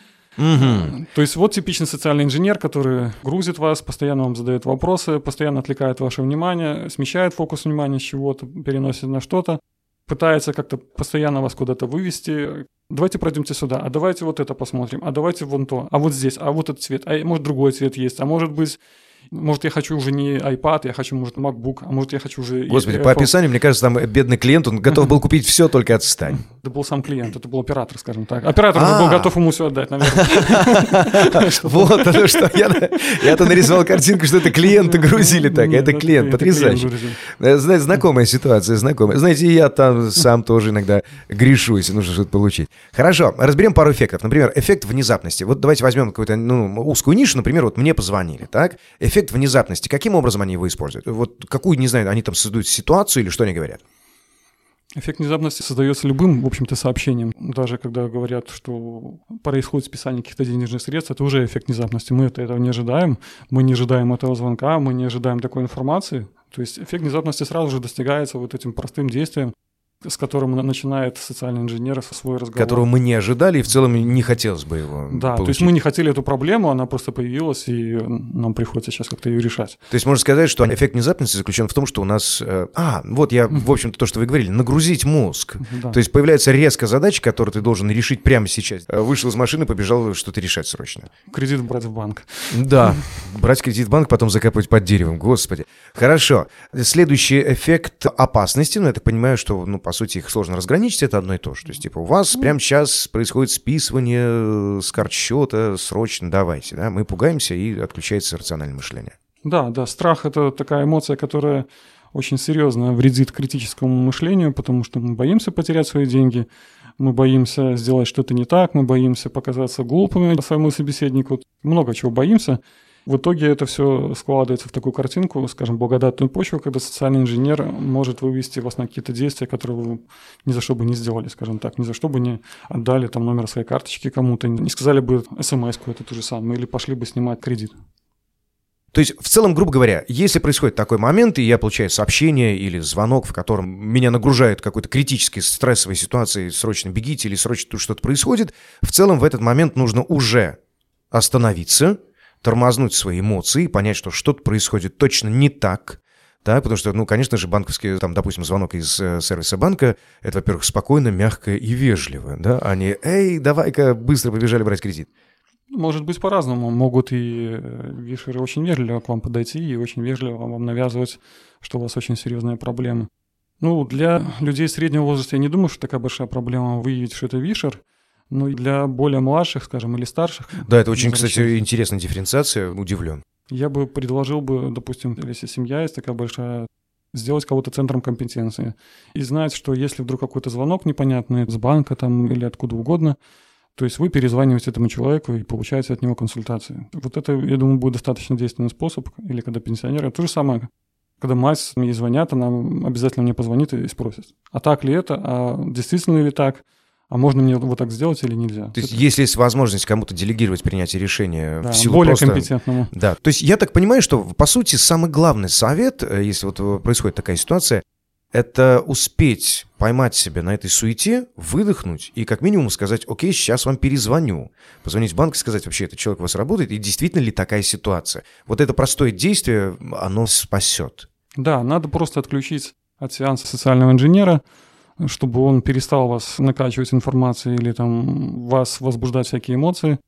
Угу. То есть типичный социальный инженер, который грузит вас, постоянно вам задает вопросы, постоянно отвлекает ваше внимание, смещает фокус внимания с чего-то, переносит на что-то, пытается как-то постоянно вас куда-то вывести. Давайте пройдемте сюда, а давайте вот это посмотрим, а давайте вон то, а вот здесь, а вот этот цвет, а может другой цвет есть, а может быть... Может, я хочу уже не iPad, я хочу, может, MacBook, а может, я хочу уже... Господи, по описанию, мне кажется, там бедный клиент, он готов был купить все, только отстань. Это был сам клиент, это был оператор, скажем так. Оператор уже был готов ему все отдать, наверное. Вот, потому что я-то нарисовал картинку, что это клиенты грузили так, это клиент, потрясающе. Знаете, знакомая ситуация, знакомая. Знаете, я там сам тоже иногда грешу, если нужно что-то получить. Хорошо, разберем пару эффектов. Например, эффект внезапности. Вот давайте возьмем какую-то узкую нишу, например, мне позвонили, так? Эффект внезапности. Каким образом они его используют? Какую, не знаю, они там создают ситуацию или что они говорят? Эффект внезапности создается любым, в общем-то, сообщением. Даже когда говорят, что происходит списание каких-то денежных средств, это уже эффект внезапности. Мы этого не ожидаем. Мы не ожидаем этого звонка, мы не ожидаем такой информации. То есть эффект внезапности сразу же достигается этим простым действием, с которым начинает социальный инженер свой разговор. Которого мы не ожидали, и в целом не хотелось бы его получить. То есть мы не хотели эту проблему, она просто появилась, и нам приходится сейчас как-то ее решать. То есть можно сказать, что эффект внезапности заключен в том, что у нас... в общем-то, то, что вы говорили, нагрузить мозг. Да. То есть появляется резко задача, которую ты должен решить прямо сейчас. Вышел из машины, побежал что-то решать срочно. Кредит брать в банк. Да, брать кредит в банк, потом закапывать под деревом, господи. Хорошо. Следующий эффект опасности, я так понимаю, что, по сути, их сложно разграничить, это одно и то же. То есть, типа, у вас прямо сейчас происходит списывание с карт счета, срочно давайте, да, мы пугаемся, и отключается рациональное мышление. Да, страх – это такая эмоция, которая очень серьезно вредит критическому мышлению, потому что мы боимся потерять свои деньги, мы боимся сделать что-то не так, мы боимся показаться глупыми своему собеседнику, много чего боимся. В итоге это все складывается в такую картинку, скажем, благодатную почву, когда социальный инженер может вывести вас на какие-то действия, которые вы ни за что бы не сделали, скажем так, ни за что бы не отдали там номер своей карточки кому-то, не сказали бы смс-ку это то же самое, или пошли бы снимать кредит. То есть, в целом, грубо говоря, если происходит такой момент, и я получаю сообщение или звонок, в котором меня нагружают какой-то критической стрессовой ситуацией, срочно бегите или срочно тут что-то происходит, в целом в этот момент нужно уже остановиться, тормознуть свои эмоции, понять, что что-то происходит точно не так, да, потому что, конечно же, банковский, там, допустим, звонок из сервиса банка, это, во-первых, спокойно, мягко и вежливо, да, а не «Эй, давай-ка быстро побежали брать кредит». Может быть по-разному. Могут и вишеры очень вежливо к вам подойти и очень вежливо вам навязывать, что у вас очень серьезные проблемы. Для людей среднего возраста я не думаю, что такая большая проблема выявить, что это вишер. Но для более младших, скажем, или старших... Да, это очень, кстати, интересная дифференциация, удивлен. Я бы предложил, допустим, если семья есть такая большая, сделать кого-то центром компетенции. И знать, что если вдруг какой-то звонок непонятный с банка там или откуда угодно, то есть вы перезваниваете этому человеку и получаете от него консультации. Вот это, я думаю, будет достаточно действенный способ. Или когда пенсионеры. То же самое, когда мать ей звонят, она обязательно мне позвонит и спросит, а так ли это, а действительно ли так, а можно мне вот так сделать или нельзя. То есть если есть возможность кому-то делегировать принятие решения в силу более просто... компетентному. Да, то есть я так понимаю, что, по сути, самый главный совет, если вот происходит такая ситуация, это успеть поймать себя на этой суете, выдохнуть и как минимум сказать: окей, сейчас вам перезвоню. Позвонить в банк и сказать: вообще этот человек у вас работает, и действительно ли такая ситуация. Вот это простое действие, оно спасет. Да, надо просто отключить от сеанса социального инженера, чтобы он перестал вас накачивать информацией или там вас возбуждать всякие эмоции,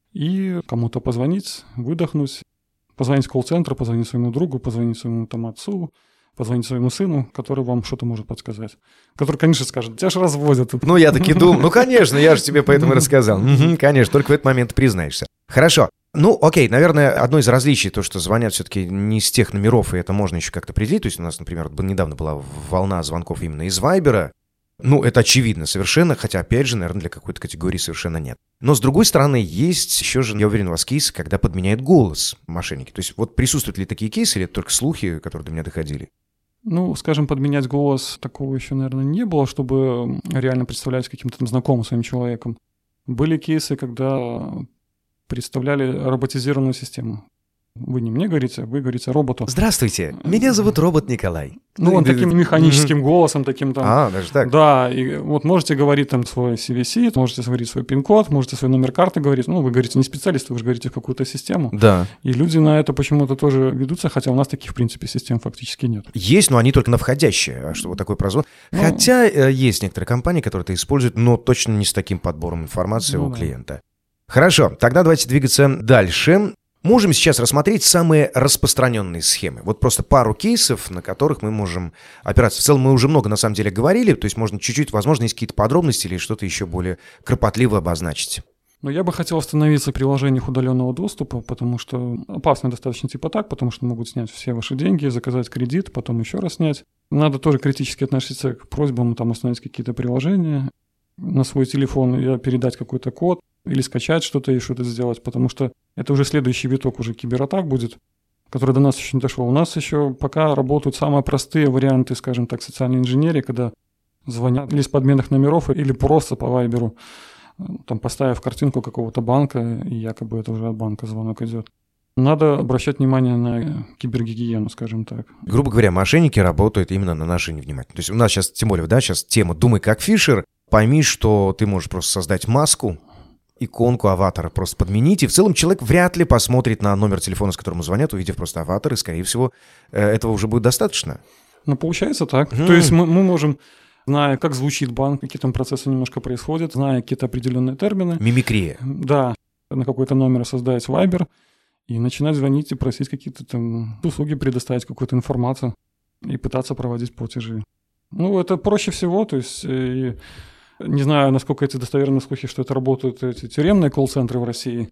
и кому-то позвонить, выдохнуть, позвонить в колл-центр, позвонить своему другу, позвонить своему там отцу, позвонить своему сыну, который вам что-то может подсказать. Который, конечно, скажет: тебя же разводят. Я таки думаю, конечно, я же тебе поэтому рассказал. Конечно, только в этот момент признаешься. Хорошо. Окей, наверное, одно из различий, то, что звонят все-таки не с тех номеров, и это можно еще как-то определить. То есть у нас, например, недавно была волна звонков именно из Вайбера. Это очевидно совершенно, хотя, опять же, наверное, для какой-то категории совершенно нет. Но, с другой стороны, есть еще же, я уверен, у вас кейсы, когда подменяет голос мошенники. То есть вот присутствуют ли такие кейсы, или это только слухи, которые до меня доходили? Скажем, подменять голос такого еще, наверное, не было, чтобы реально представлять каким-то там знакомым своим человеком. Были кейсы, когда представляли роботизированную систему. Вы не мне говорите, вы говорите роботу. Здравствуйте, меня зовут робот Николай. Он таким механическим голосом, таким там... даже так? Да, и вот можете говорить там свой CVC, можете говорить свой пин-код, можете свой номер карты говорить. Вы говорите не специалист, вы же говорите в какую-то систему. Да. И люди на это почему-то тоже ведутся, хотя у нас таких, в принципе, систем фактически нет. Есть, но они только на входящие, а что вот такой прозвон. Хотя есть некоторые компании, которые это используют, но точно не с таким подбором информации у клиента. Хорошо, тогда давайте двигаться дальше. Можем сейчас рассмотреть самые распространенные схемы. Вот просто пару кейсов, на которых мы можем опираться. В целом мы уже много на самом деле говорили, то есть можно чуть-чуть, возможно, есть какие-то подробности или что-то еще более кропотливо обозначить. Я бы хотел остановиться в приложениях удаленного доступа, потому что опасно достаточно типа так, потому что могут снять все ваши деньги, заказать кредит, потом еще раз снять. Надо тоже критически относиться к просьбам установить какие-то приложения на свой телефон и передать какой-то код, или скачать что-то и что-то сделать, потому что это уже следующий виток уже кибератак будет, который до нас еще не дошел. У нас еще пока работают самые простые варианты, скажем так, социальной инженерии, когда звонят или с подменных номеров, или просто по вайберу, там, поставив картинку какого-то банка, и якобы это уже от банка звонок идет. Надо обращать внимание на кибергигиену, скажем так. Грубо говоря, мошенники работают именно на наше невнимание. То есть у нас сейчас, тем более, сейчас тема «Думай как фишер». Пойми, что ты можешь просто создать маску, иконку аватара просто подменить, и в целом человек вряд ли посмотрит на номер телефона, с которым звонят, увидев просто аватар, и, скорее всего, этого уже будет достаточно. Получается так. То есть мы можем, зная, как звучит банк, какие там процессы немножко происходят, зная какие-то определенные термины. Мимикрия. Да, на какой-то номер создать Viber и начинать звонить и просить какие-то там услуги, предоставить какую-то информацию и пытаться проводить платежи. Ну, это проще всего, то есть не знаю, насколько эти достоверные слухи, что это работают эти тюремные колл-центры в России.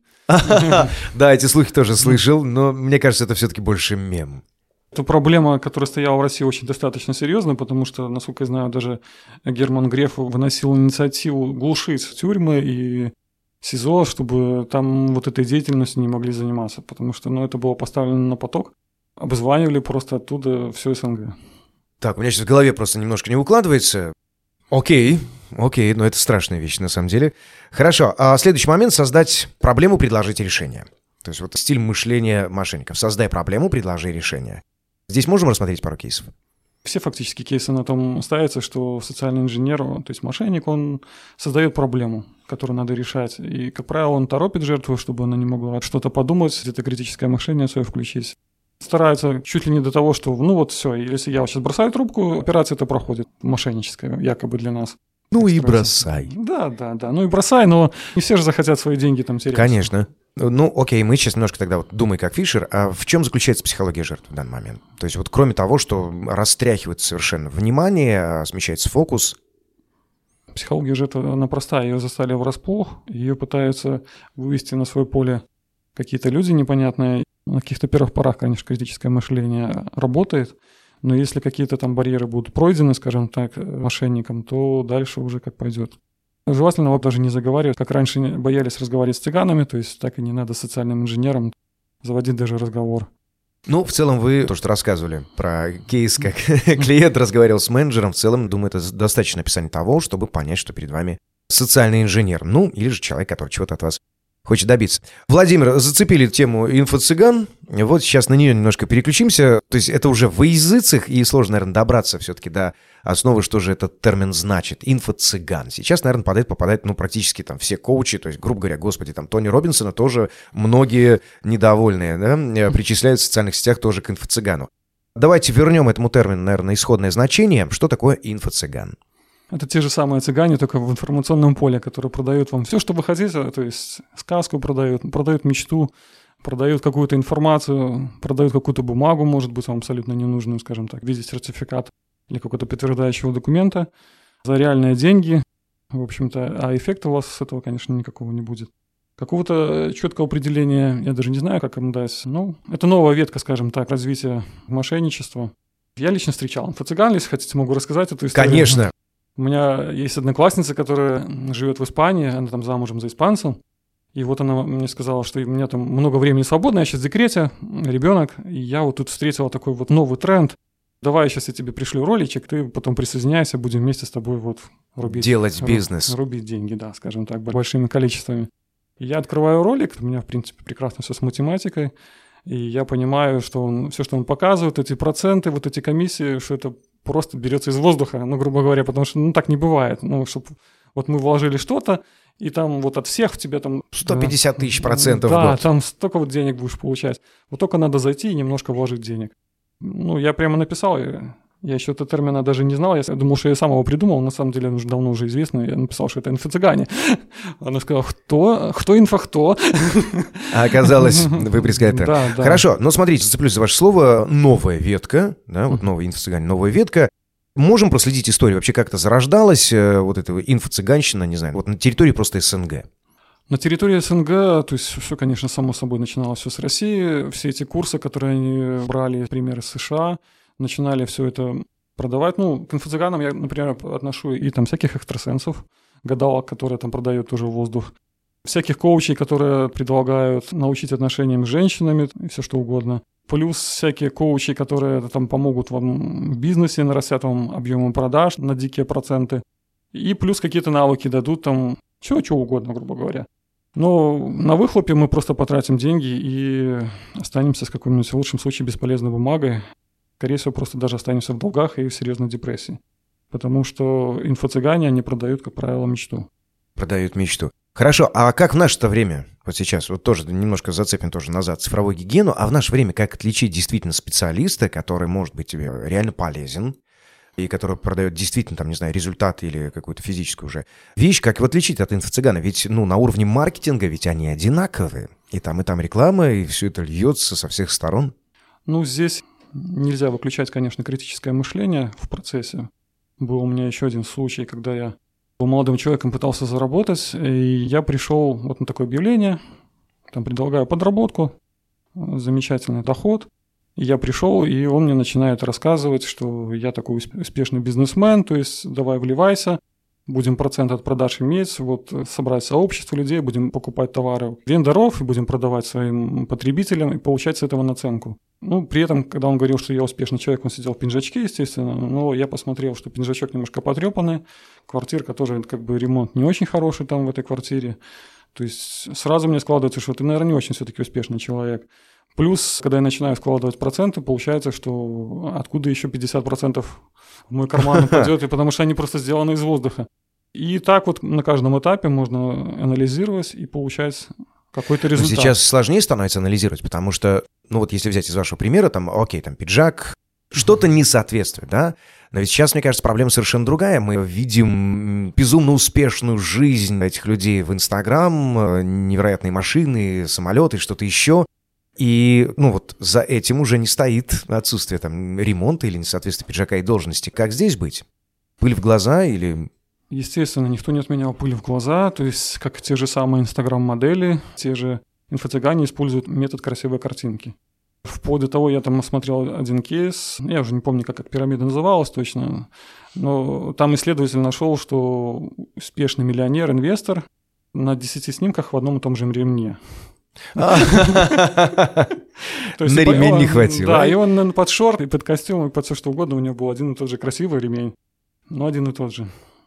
Да, эти слухи тоже слышал, но мне кажется, это все-таки больше мем. Это проблема, которая стояла в России, очень достаточно серьезная, потому что, насколько я знаю, даже Герман Греф выносил инициативу глушить тюрьмы и СИЗО, чтобы там вот этой деятельностью не могли заниматься, потому что это было поставлено на поток, обзванивали просто оттуда все СНГ. Так, у меня сейчас в голове просто немножко не укладывается. Окей, но это страшная вещь на самом деле. Хорошо, а следующий момент — создать проблему, предложить решение. То есть вот стиль мышления мошенников. Создай проблему, предложи решение. Здесь можем рассмотреть пару кейсов? Все фактически кейсы на том ставятся, что социальный инженер, то есть мошенник, он создает проблему, которую надо решать. И, как правило, он торопит жертву, чтобы она не могла что-то подумать, где-то критическое мышление свое включить. Стараются чуть ли не до того, что все, если я сейчас бросаю трубку, операция это проходит, мошенническая, якобы для нас. Ну и бросай. Да, и бросай, но не все же захотят свои деньги там терять. Конечно. Окей, мы сейчас немножко тогда думай как Фишер, а в чем заключается психология жертвы в данный момент? То есть вот кроме того, что растряхивается совершенно внимание, смещается фокус. Психология жертвы, она простая, ее застали врасплох, ее пытаются вывести на свое поле какие-то люди непонятные. На каких-то первых порах, конечно, критическое мышление работает, но если какие-то там барьеры будут пройдены, скажем так, мошенникам, то дальше уже как пойдет. Желательно даже не заговаривать, как раньше боялись разговаривать с цыганами, то есть так и не надо социальным инженерам заводить даже разговор. В целом вы то, что рассказывали про кейс, как клиент разговаривал с менеджером, в целом, думаю, это достаточно описание того, чтобы понять, что перед вами социальный инженер, или же человек, который чего-то от вас хочет добиться. Владимир, зацепили тему инфо-цыган. Вот сейчас на нее немножко переключимся. То есть это уже в языцах, и сложно, наверное, добраться все-таки до основы, что же этот термин значит. Инфо-цыган. Сейчас, наверное, попадает практически там все коучи, то есть, грубо говоря, господи, там Тони Робинсона тоже многие недовольные, причисляют в социальных сетях тоже к инфо-цыгану. Давайте вернем этому термину, наверное, исходное значение. Что такое инфо-цыган? Это те же самые цыгане, только в информационном поле, которые продают вам все, что вы хотите, то есть сказку продают мечту, продают какую-то информацию, продают какую-то бумагу, может быть, вам абсолютно ненужную, скажем так, в виде сертификата или какого-то подтверждающего документа за реальные деньги, в общем-то, а эффекта у вас с этого, конечно, никакого не будет. Какого-то четкого определения я даже не знаю, как ему дать. Это новая ветка, скажем так, развития мошенничества. Я лично встречал инфо-цыган, если хотите, могу рассказать эту историю. Конечно. У меня есть одноклассница, которая живет в Испании, она там замужем за испанцем. И вот она мне сказала, что у меня там много времени свободно, я сейчас в декрете, ребенок, и я вот тут встретила такой вот новый тренд. Давай сейчас я тебе пришлю роличек, ты потом присоединяйся, будем вместе с тобой вот рубить. Делать бизнес. Рубить деньги, да, скажем так, большими количествами. И я открываю ролик, у меня, в принципе, прекрасно все с математикой, и я понимаю, что все, что он показывает, эти проценты, вот эти комиссии, что это просто берется из воздуха, грубо говоря, потому что, так не бывает. Чтобы вот мы вложили что-то, и там вот от всех в тебя там... 150 тысяч процентов в год. Да, год. там столько вот денег будешь получать. Вот только надо зайти и немножко вложить денег. Я прямо написал, я еще этого термина даже не знал, я думал, что я сам его придумал, на самом деле он уже давно уже известный, я написал, что это инфо-цыгане. Она сказала, кто инфо, кто? А оказалось, вы предсказали термин. Да. Хорошо, но смотрите, зацеплюсь за ваше слово, новая ветка, вот новый инфо-цыгане, новая ветка. Можем проследить историю, вообще как-то зарождалась вот эта инфо-цыганщина, не знаю, вот на территории просто СНГ? На территории СНГ, то есть все, конечно, само собой начиналось все с России, все эти курсы, которые они брали, примеры США, начинали все это продавать. К инфо-цыганам я, например, отношу и там всяких экстрасенсов, гадалок, которые там продают тоже воздух, всяких коучей, которые предлагают научить отношениям с женщинами и все что угодно. Плюс всякие коучи, которые там помогут вам в бизнесе, нарастят вам объемы продаж на дикие проценты. И плюс какие-то навыки дадут там, чего угодно, грубо говоря. Но на выхлопе мы просто потратим деньги и останемся с какой-нибудь, в лучшем случае, бесполезной бумагой. Скорее всего, просто даже останемся в долгах и в серьезной депрессии. Потому что инфо-цыгане, они продают, как правило, мечту. Продают мечту. Хорошо, а как в наше-то время, вот сейчас, вот тоже немножко зацепим тоже назад цифровую гигиену, а в наше время как отличить действительно специалиста, который может быть тебе реально полезен, и который продает действительно, там, не знаю, результат или какую-то физическую уже вещь, как его отличить от инфо-цыгана? Ведь, на уровне маркетинга ведь они одинаковые. И там реклама, и все это льется со всех сторон. Здесь нельзя выключать, конечно, критическое мышление в процессе. Был у меня еще один случай, когда я был молодым человеком, пытался заработать, и я пришел вот на такое объявление, там предлагаю подработку, замечательный доход. И я пришел, и он мне начинает рассказывать, что я такой успешный бизнесмен, то есть давай вливайся, будем процент от продаж иметь, вот собрать сообщество людей, будем покупать товары вендоров и будем продавать своим потребителям и получать с этого наценку. Ну, при этом, когда он говорил, что я успешный человек, он сидел в пинжачке, естественно, но я посмотрел, что пинжачок немножко потрепанный, квартирка тоже как бы ремонт не очень хороший там в этой квартире. То есть сразу мне складывается, что ты, наверное, не очень все-таки успешный человек. Плюс, когда я начинаю складывать проценты, получается, что откуда еще 50% в мой карман упадет, потому что они просто сделаны из воздуха. И так вот на каждом этапе можно анализировать и получать какой-то результат. Но сейчас сложнее становится анализировать, потому что, ну вот если взять из вашего примера, там, окей, там пиджак, что-то не соответствует, да? Но ведь сейчас, мне кажется, проблема совершенно другая. Мы видим безумно успешную жизнь этих людей в Инстаграм, невероятные машины, самолеты, что-то еще. И, ну вот, за этим уже не стоит отсутствие там ремонта или несоответствие пиджака и должности. Как здесь быть? Пыль в глаза или... Естественно, никто не отменял пыль в глаза, то есть как те же самые инстаграм-модели, те же инфо-цыгане используют метод красивой картинки. Вплоть до того, я там осмотрел один кейс, я уже не помню, как пирамида называлась точно, но там исследователь нашел, что успешный миллионер, инвестор на 10 снимках в одном и том же ремне. На ремень не хватило. Да, и он под шорт, и под костюм, и под все что угодно, у него был один и тот же красивый ремень, но один и тот же.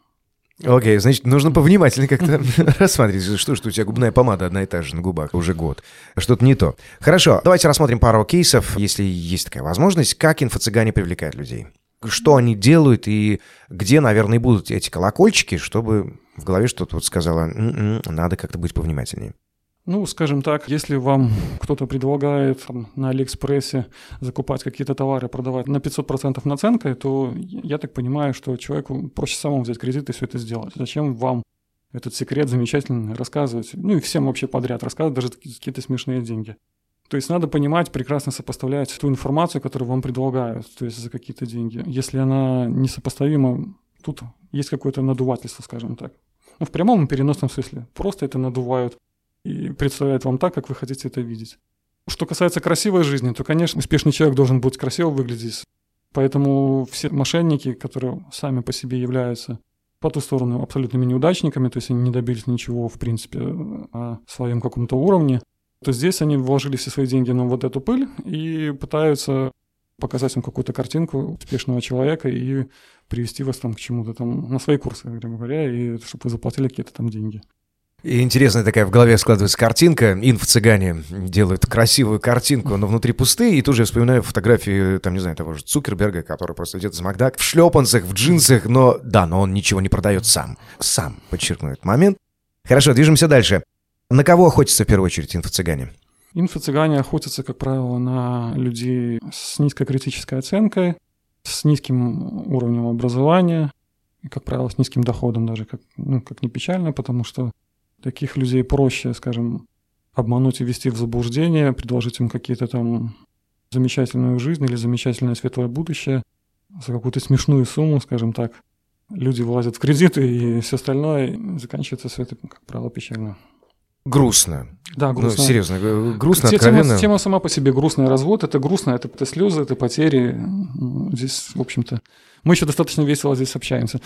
Окей, значит, нужно повнимательнее как-то рассмотреть, что у тебя губная помада одна и та же на губах уже год. Что-то не то. Хорошо, давайте рассмотрим пару кейсов, если есть такая возможность, как инфо-цыгане привлекают людей. Что они делают и где, наверное, будут эти колокольчики, чтобы в голове что-то вот сказала, надо как-то быть повнимательнее. Ну, скажем так, если вам кто-то предлагает там, на Алиэкспрессе закупать какие-то товары, продавать на 500% наценкой, то я так понимаю, что человеку проще самому взять кредит и все это сделать. Зачем вам этот секрет замечательный рассказывать? Ну и всем вообще подряд рассказывать даже какие-то смешные деньги. То есть надо понимать, прекрасно сопоставлять ту информацию, которую вам предлагают, то есть за какие-то деньги. Если она несопоставима, тут есть какое-то надувательство, скажем так. Ну, в прямом и переносном смысле. Просто это надувают и представляют вам так, как вы хотите это видеть. Что касается красивой жизни, то, конечно, успешный человек должен быть красиво выглядеть. Поэтому все мошенники, которые сами по себе являются по ту сторону абсолютными неудачниками, то есть они не добились ничего, в принципе, о своем каком-то уровне, то здесь они вложили все свои деньги на вот эту пыль и пытаются показать им какую-то картинку успешного человека и привести вас там к чему-то там на свои курсы, грубо говоря, и чтобы вы заплатили какие-то там деньги. И интересная такая в голове складывается картинка. Инфо-цыгане делают красивую картинку, но внутри пустые. И тут же я вспоминаю фотографии, там, не знаю, того же Цукерберга, который просто идет из Макдак в шлепанцах, в джинсах, но он ничего не продает сам. Сам, подчеркну этот момент. Хорошо, движемся дальше. На кого охотятся в первую очередь инфо-цыгане? Инфо-цыгане охотятся, как правило, на людей с низкой критической оценкой, с низким уровнем образования, и, как правило, с низким доходом даже, как ни печально, потому что таких людей проще, скажем, обмануть и ввести в заблуждение, предложить им какие-то там замечательную жизнь или замечательное светлое будущее за какую-то смешную сумму, скажем так. Люди влазят в кредиты и все остальное, и заканчивается все это, как правило, печально. Грустно. Да, грустно. Ну, серьезно, грустно, откровенно. Тема сама по себе грустная. Развод – это грустно, это слезы, это потери. Здесь, в общем-то, мы еще достаточно весело здесь общаемся.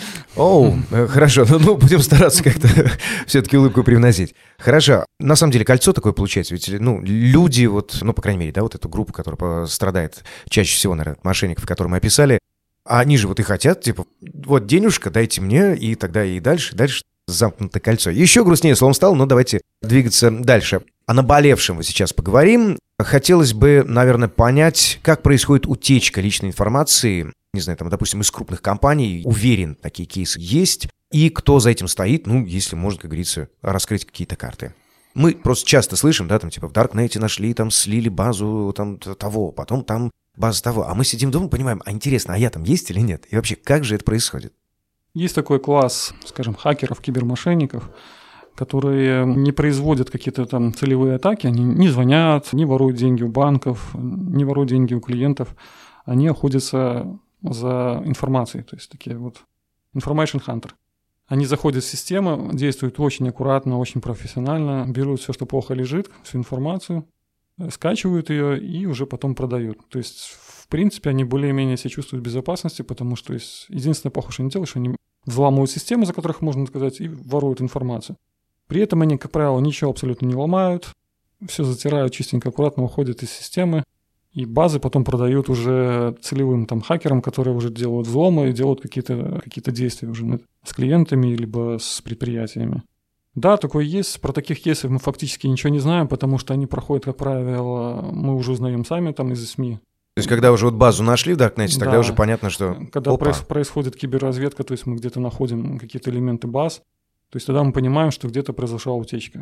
Хорошо. Ну, будем стараться как-то все-таки улыбку привносить. Хорошо. На самом деле, кольцо такое получается. Ведь, люди, по крайней мере, да, вот эту группу, которая страдает чаще всего, наверное, от мошенников, которые мы описали, они же и хотят, вот денежка дайте мне, и тогда и дальше замкнутое кольцо. Еще грустнее словом стало, но давайте двигаться дальше. О наболевшем мы сейчас поговорим. Хотелось бы, наверное, понять, как происходит утечка личной информации, не знаю, там, допустим, из крупных компаний. Уверен, такие кейсы есть. И кто за этим стоит, если можно, как говорится, раскрыть какие-то карты. Мы просто часто слышим, да, там, в Даркнете нашли, там, слили базу там того, потом там база того. А мы сидим дома, понимаем, интересно, а я там есть или нет? И вообще, как же это происходит? Есть такой класс, скажем, хакеров, кибермошенников, которые не производят какие-то там целевые атаки, они не звонят, не воруют деньги у банков, не воруют деньги у клиентов, они охотятся за информацией, то есть такие вот Information Hunter. Они заходят в систему, действуют очень аккуратно, очень профессионально, берут все, что плохо лежит, всю информацию, скачивают ее и уже потом продают. То есть, в принципе, они более-менее себя чувствуют в безопасности, потому что единственное плохо, что они делают, что они взламывают системы, за которых можно сказать, и воруют информацию. При этом они, как правило, ничего абсолютно не ломают, все затирают чистенько, аккуратно уходят из системы, и базы потом продают уже целевым там хакерам, которые уже делают взломы и делают какие-то действия уже с клиентами либо с предприятиями. Да, такое есть. Про таких кейсов мы фактически ничего не знаем, потому что они проходят, как правило, мы уже узнаем сами там из СМИ. То есть, когда уже вот базу нашли в Даркнете, тогда уже понятно, что... Когда происходит киберразведка, то есть мы где-то находим какие-то элементы баз, то есть тогда мы понимаем, что где-то произошла утечка.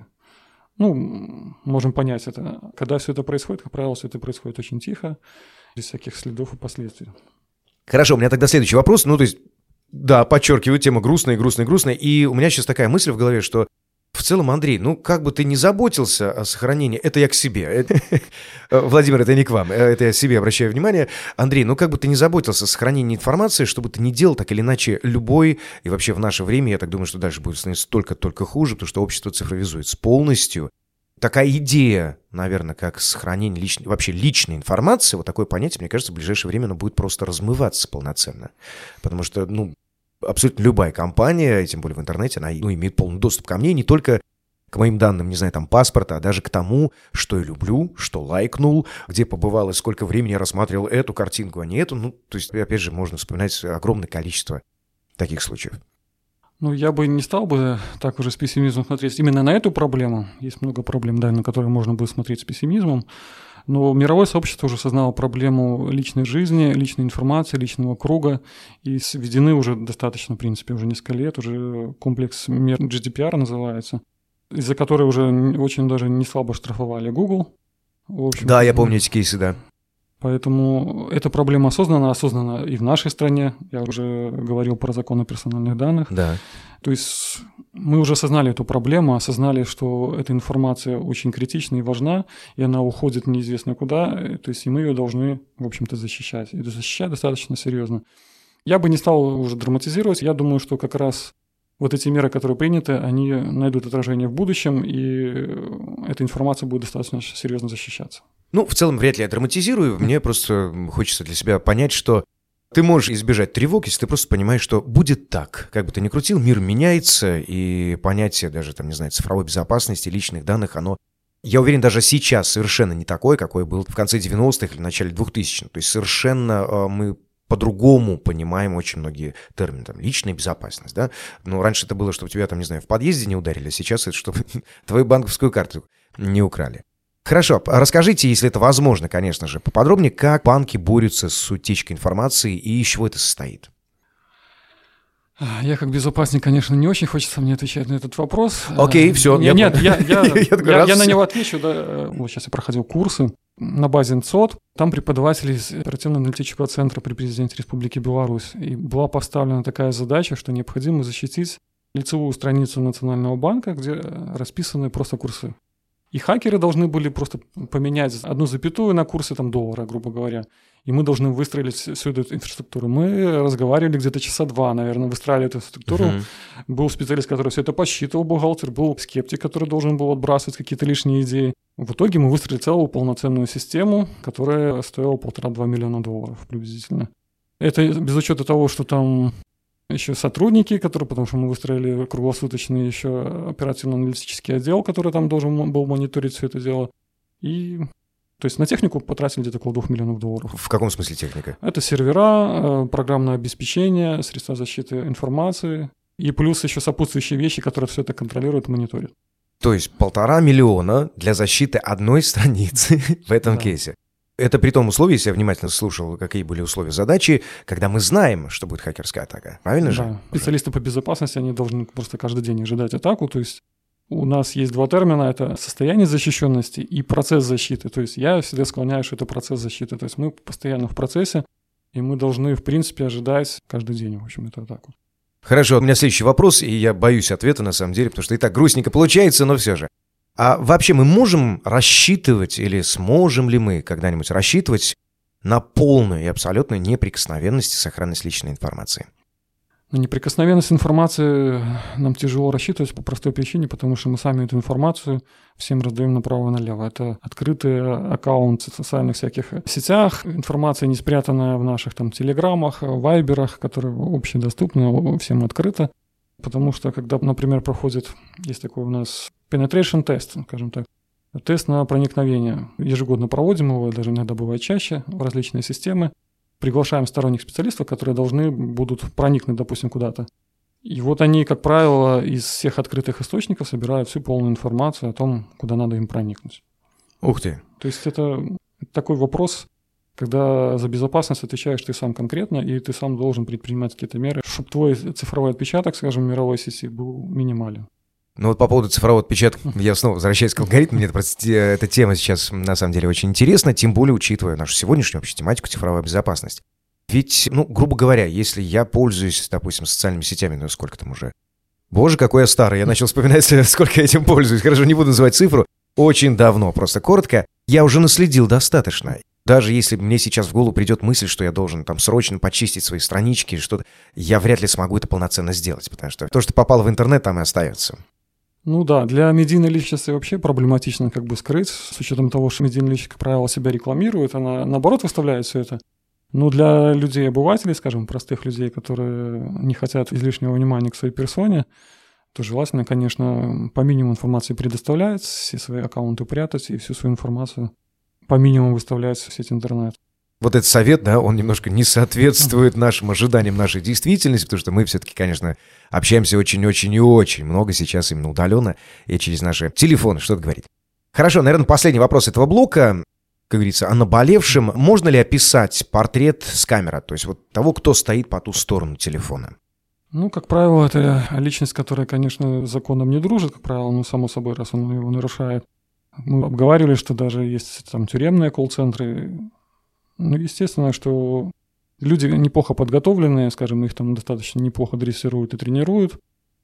Можем понять это. Когда все это происходит, как правило, все это происходит очень тихо, без всяких следов и последствий. Хорошо, у меня тогда следующий вопрос. То есть, да, подчеркиваю, тема грустная. И у меня сейчас такая мысль в голове, что в целом, Андрей, как бы ты ни заботился о сохранении, это я к себе. Владимир, это не к вам, это я себе обращаю внимание. Андрей, как бы ты ни заботился о сохранении информации, что бы ты ни делал, так или иначе, любой, и вообще в наше время, я так думаю, что дальше будет становиться только хуже, потому что общество цифровизуется полностью. Такая идея, наверное, как сохранение личной информации, вот такое понятие, мне кажется, в ближайшее время оно будет просто размываться полноценно. Потому что, абсолютно любая компания, тем более в интернете, она имеет полный доступ ко мне, не только к моим данным, не знаю, там, паспорта, а даже к тому, что я люблю, что лайкнул, где побывал и сколько времени я рассматривал эту картинку, а не эту. То есть, опять же, можно вспоминать огромное количество таких случаев. Я бы не стал бы так уже с пессимизмом смотреть именно на эту проблему. Есть много проблем, да, на которые можно будет смотреть с пессимизмом. Но мировое сообщество уже осознало проблему личной жизни, личной информации, личного круга. И введены уже достаточно, в принципе, уже несколько лет. Уже комплекс мер GDPR называется, из-за которой уже очень даже не слабо штрафовали Google. Да, я помню эти кейсы, да. Поэтому эта проблема осознана и в нашей стране. Я уже говорил про закон о персональных данных. Да. То есть мы уже осознали эту проблему, осознали, что эта информация очень критична и важна, и она уходит неизвестно куда, то есть и мы ее должны, в общем-то, защищать. И защищать достаточно серьезно. Я бы не стал уже драматизировать. Я думаю, что как раз вот эти меры, которые приняты, они найдут отражение в будущем, и эта информация будет достаточно серьезно защищаться. В целом, вряд ли я драматизирую. Мне просто хочется для себя понять, что ты можешь избежать тревог, если ты просто понимаешь, что будет так. Как бы ты ни крутил, мир меняется, и понятие даже, цифровой безопасности, личных данных, оно, я уверен, даже сейчас совершенно не такое, какое было в конце 90-х или в начале 2000-х. То есть совершенно мы по-другому понимаем очень многие термины. Личная безопасность, да? Раньше это было, чтобы тебя, в подъезде не ударили, а сейчас это, чтобы твою банковскую карту не украли. Хорошо, расскажите, если это возможно, конечно же, поподробнее, как банки борются с утечкой информации и из чего это состоит. Я как безопасник, конечно, не очень хочется мне отвечать на этот вопрос. Окей, все. Я на него отвечу. Да. Вот сейчас я проходил курсы на базе НЦОТ. Там преподаватели из оперативно-аналитического центра при президенте Республики Беларусь. И была поставлена такая задача, что необходимо защитить лицевую страницу Национального банка, где расписаны просто курсы. И хакеры должны были просто поменять одну запятую на курсе $1, грубо говоря. И мы должны выстроить всю эту инфраструктуру. Мы разговаривали где-то часа 2, наверное, выстраивали эту инфраструктуру. Был специалист, который все это посчитывал, бухгалтер, был скептик, который должен был отбрасывать какие-то лишние идеи. В итоге мы выстроили целую полноценную систему, которая стоила $1,5-2 миллиона приблизительно. Это без учета того, что там еще сотрудники, потому что мы выстроили круглосуточный еще оперативно-аналитический отдел, который там должен был мониторить все это дело. И, то есть на технику потратили где-то около $2 миллионов. В каком смысле техника? Это сервера, программное обеспечение, средства защиты информации и плюс еще сопутствующие вещи, которые все это контролируют и мониторят. То есть $1,5 миллиона для защиты одной страницы в этом кейсе. Это при том условии, если я внимательно слушал, какие были условия задачи, когда мы знаем, что будет хакерская атака. Правильно же? Да. Специалисты по безопасности, они должны просто каждый день ожидать атаку. То есть у нас есть два термина. Это состояние защищенности и процесс защиты. То есть я всегда склоняю, что это процесс защиты. То есть мы постоянно в процессе, и мы должны, в принципе, ожидать каждый день, в общем, эту атаку. Хорошо, у меня следующий вопрос, и я боюсь ответа на самом деле, потому что и так грустненько получается, но все же. А вообще мы можем рассчитывать или сможем ли мы когда-нибудь рассчитывать на полную и абсолютную неприкосновенность и сохранность личной информации? На неприкосновенность информации нам тяжело рассчитывать по простой причине, потому что мы сами эту информацию всем раздаем направо и налево. Это открытые аккаунты в социальных всяких сетях, информация не спрятанная в наших там телеграммах, вайберах, которые общедоступны, всем открыто. Потому что, когда, например, проходит, есть такой у нас penetration тест, скажем так, тест на проникновение. Ежегодно проводим его, даже иногда бывает чаще, в различные системы. Приглашаем сторонних специалистов, которые должны будут проникнуть, допустим, куда-то. И вот они, как правило, из всех открытых источников собирают всю полную информацию о том, куда надо им проникнуть. Ух ты. То есть это такой вопрос, когда за безопасность отвечаешь ты сам конкретно, и ты сам должен предпринимать какие-то меры, чтобы твой цифровой отпечаток, скажем, в мировой сети был минимален. Ну вот по поводу цифрового отпечатка, я снова возвращаюсь к алгоритму, мне эта тема сейчас на самом деле очень интересна, тем более учитывая нашу сегодняшнюю вообще тематику цифровая безопасность. Ведь, грубо говоря, если я пользуюсь, допустим, социальными сетями, сколько там уже? Боже, какой я старый, я начал вспоминать, сколько я этим пользуюсь. Хорошо, не буду называть цифру. Очень давно, просто коротко. Я уже наследил достаточно. Даже если мне сейчас в голову придет мысль, что я должен там срочно почистить свои странички или что-то, я вряд ли смогу это полноценно сделать, потому что то, что попало в интернет, там и остается. Ну да, для медийной личности вообще проблематично скрыть, с учетом того, что медийная личность, как правило, себя рекламирует, она наоборот выставляет все это. Но для людей-обывателей, скажем, простых людей, которые не хотят излишнего внимания к своей персоне, то желательно, конечно, по минимуму информации предоставлять, все свои аккаунты прятать и всю свою информацию по минимуму выставлять в сеть интернет. Вот этот совет, да, он немножко не соответствует нашим ожиданиям, нашей действительности, потому что мы все-таки, конечно, общаемся очень-очень и очень много сейчас именно удаленно и через наши телефоны, что-то говорить. Хорошо, наверное, последний вопрос этого блока. Как говорится, о наболевшем. Можно ли описать портрет с камеры, то есть вот того, кто стоит по ту сторону телефона? Как правило, это личность, которая, конечно, с законом не дружит, как правило, само собой, раз он его нарушает. Мы обговаривали, что даже есть там тюремные колл-центры. Естественно, что люди неплохо подготовленные, скажем, их там достаточно неплохо дрессируют и тренируют.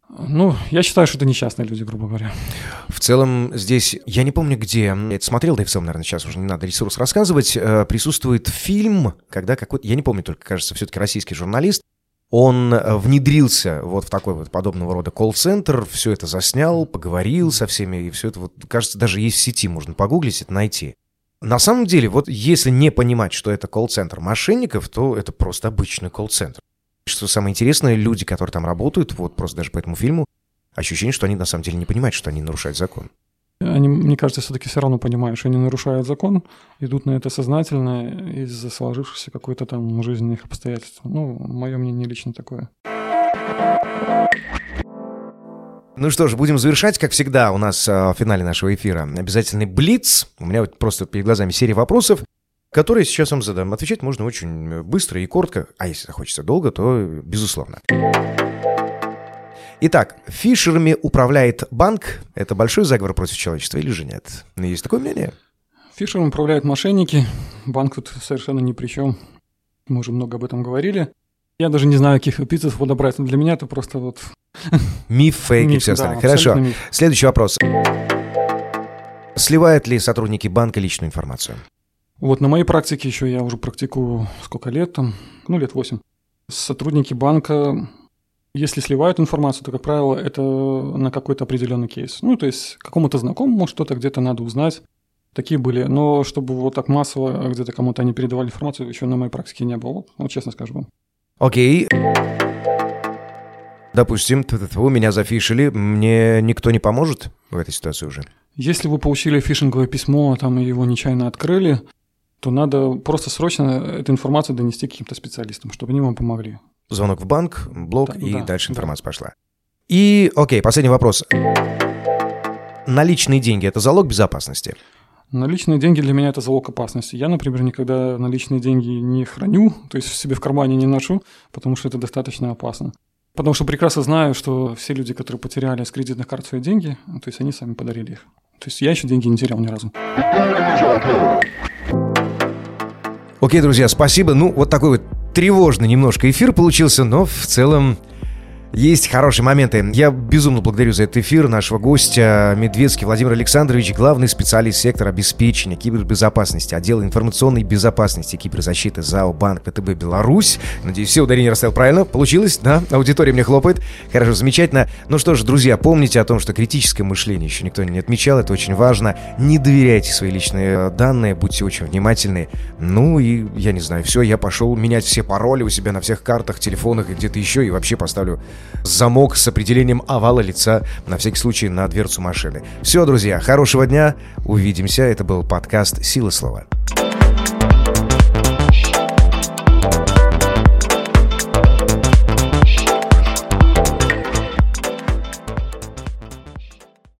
Я считаю, что это несчастные люди, грубо говоря. В целом здесь, я не помню где, я это смотрел, да и в целом, наверное, сейчас уже не надо ресурс рассказывать, присутствует фильм, когда какой-то, я не помню, только, кажется, все-таки российский журналист, он внедрился вот в такой вот подобного рода колл-центр, все это заснял, поговорил со всеми, и все это, вот, кажется, даже есть в сети, можно погуглить, это найти. На самом деле, вот если не понимать, что это колл-центр мошенников, то это просто обычный колл-центр. Что самое интересное, люди, которые там работают, вот просто даже по этому фильму, ощущение, что они на самом деле не понимают, что они нарушают закон. Они, мне кажется, все-таки все равно понимают, что они нарушают закон, идут на это сознательно из-за сложившихся какой-то там жизненных обстоятельств. Мое мнение лично такое. Ну что ж, будем завершать, как всегда, у нас в финале нашего эфира обязательный блиц. У меня вот просто перед глазами серия вопросов, которые сейчас вам задам. Отвечать можно очень быстро и коротко, а если захочется долго, то безусловно. Итак, фишерами управляет банк. Это большой заговор против человечества или же нет? Есть такое мнение? Фишером управляют мошенники. Банк тут совершенно ни при чем. Мы уже много об этом говорили. Я даже не знаю, каких эпитетов подобрать. Для меня это просто вот... Миф, фейк и все остальное. Да, хорошо. Миф. Следующий вопрос. Сливают ли сотрудники банка личную информацию? Вот на моей практике еще я уже практикую сколько лет там? Лет 8. Сотрудники банка, если сливают информацию, то, как правило, это на какой-то определенный кейс. То есть какому-то знакомому что-то где-то надо узнать. Такие были. Но чтобы вот так массово где-то кому-то они передавали информацию, еще на моей практике не было. Вот честно скажу вам. Окей. Допустим, меня зафишили, мне никто не поможет в этой ситуации уже? Если вы получили фишинговое письмо, там его нечаянно открыли, то надо просто срочно эту информацию донести к каким-то специалистам, чтобы они вам помогли. Звонок в банк, блок, и дальше информация пошла. И, окей, последний вопрос. Наличные деньги – это залог безопасности? Наличные деньги для меня – это залог опасности. Я, например, никогда наличные деньги не храню, то есть себе в кармане не ношу, потому что это достаточно опасно. Потому что прекрасно знаю, что все люди, которые потеряли с кредитных карт свои деньги, то есть они сами подарили их. То есть я еще деньги не терял ни разу. Окей, друзья, спасибо. Вот такой вот тревожный немножко эфир получился, но в целом Есть хорошие моменты. Я безумно благодарю за этот эфир нашего гостя Медведский Владимир Александрович, главный специалист сектора обеспечения кибербезопасности, отдела информационной безопасности и киберзащиты ЗАО Банк ВТБ Беларусь. Надеюсь, все ударения расставил правильно. Получилось, да? Аудитория мне хлопает. Хорошо, замечательно. Ну что ж, друзья, помните о том, что критическое мышление еще никто не отмечал. Это очень важно. Не доверяйте свои личные данные, будьте очень внимательны. Ну и, я не знаю, все, я пошел менять все пароли у себя на всех картах, телефонах и где-то еще, и вообще поставлю замок с определением овала лица, на всякий случай, на дверцу машины. Все, друзья, хорошего дня, увидимся. Это был подкаст «Сила слова».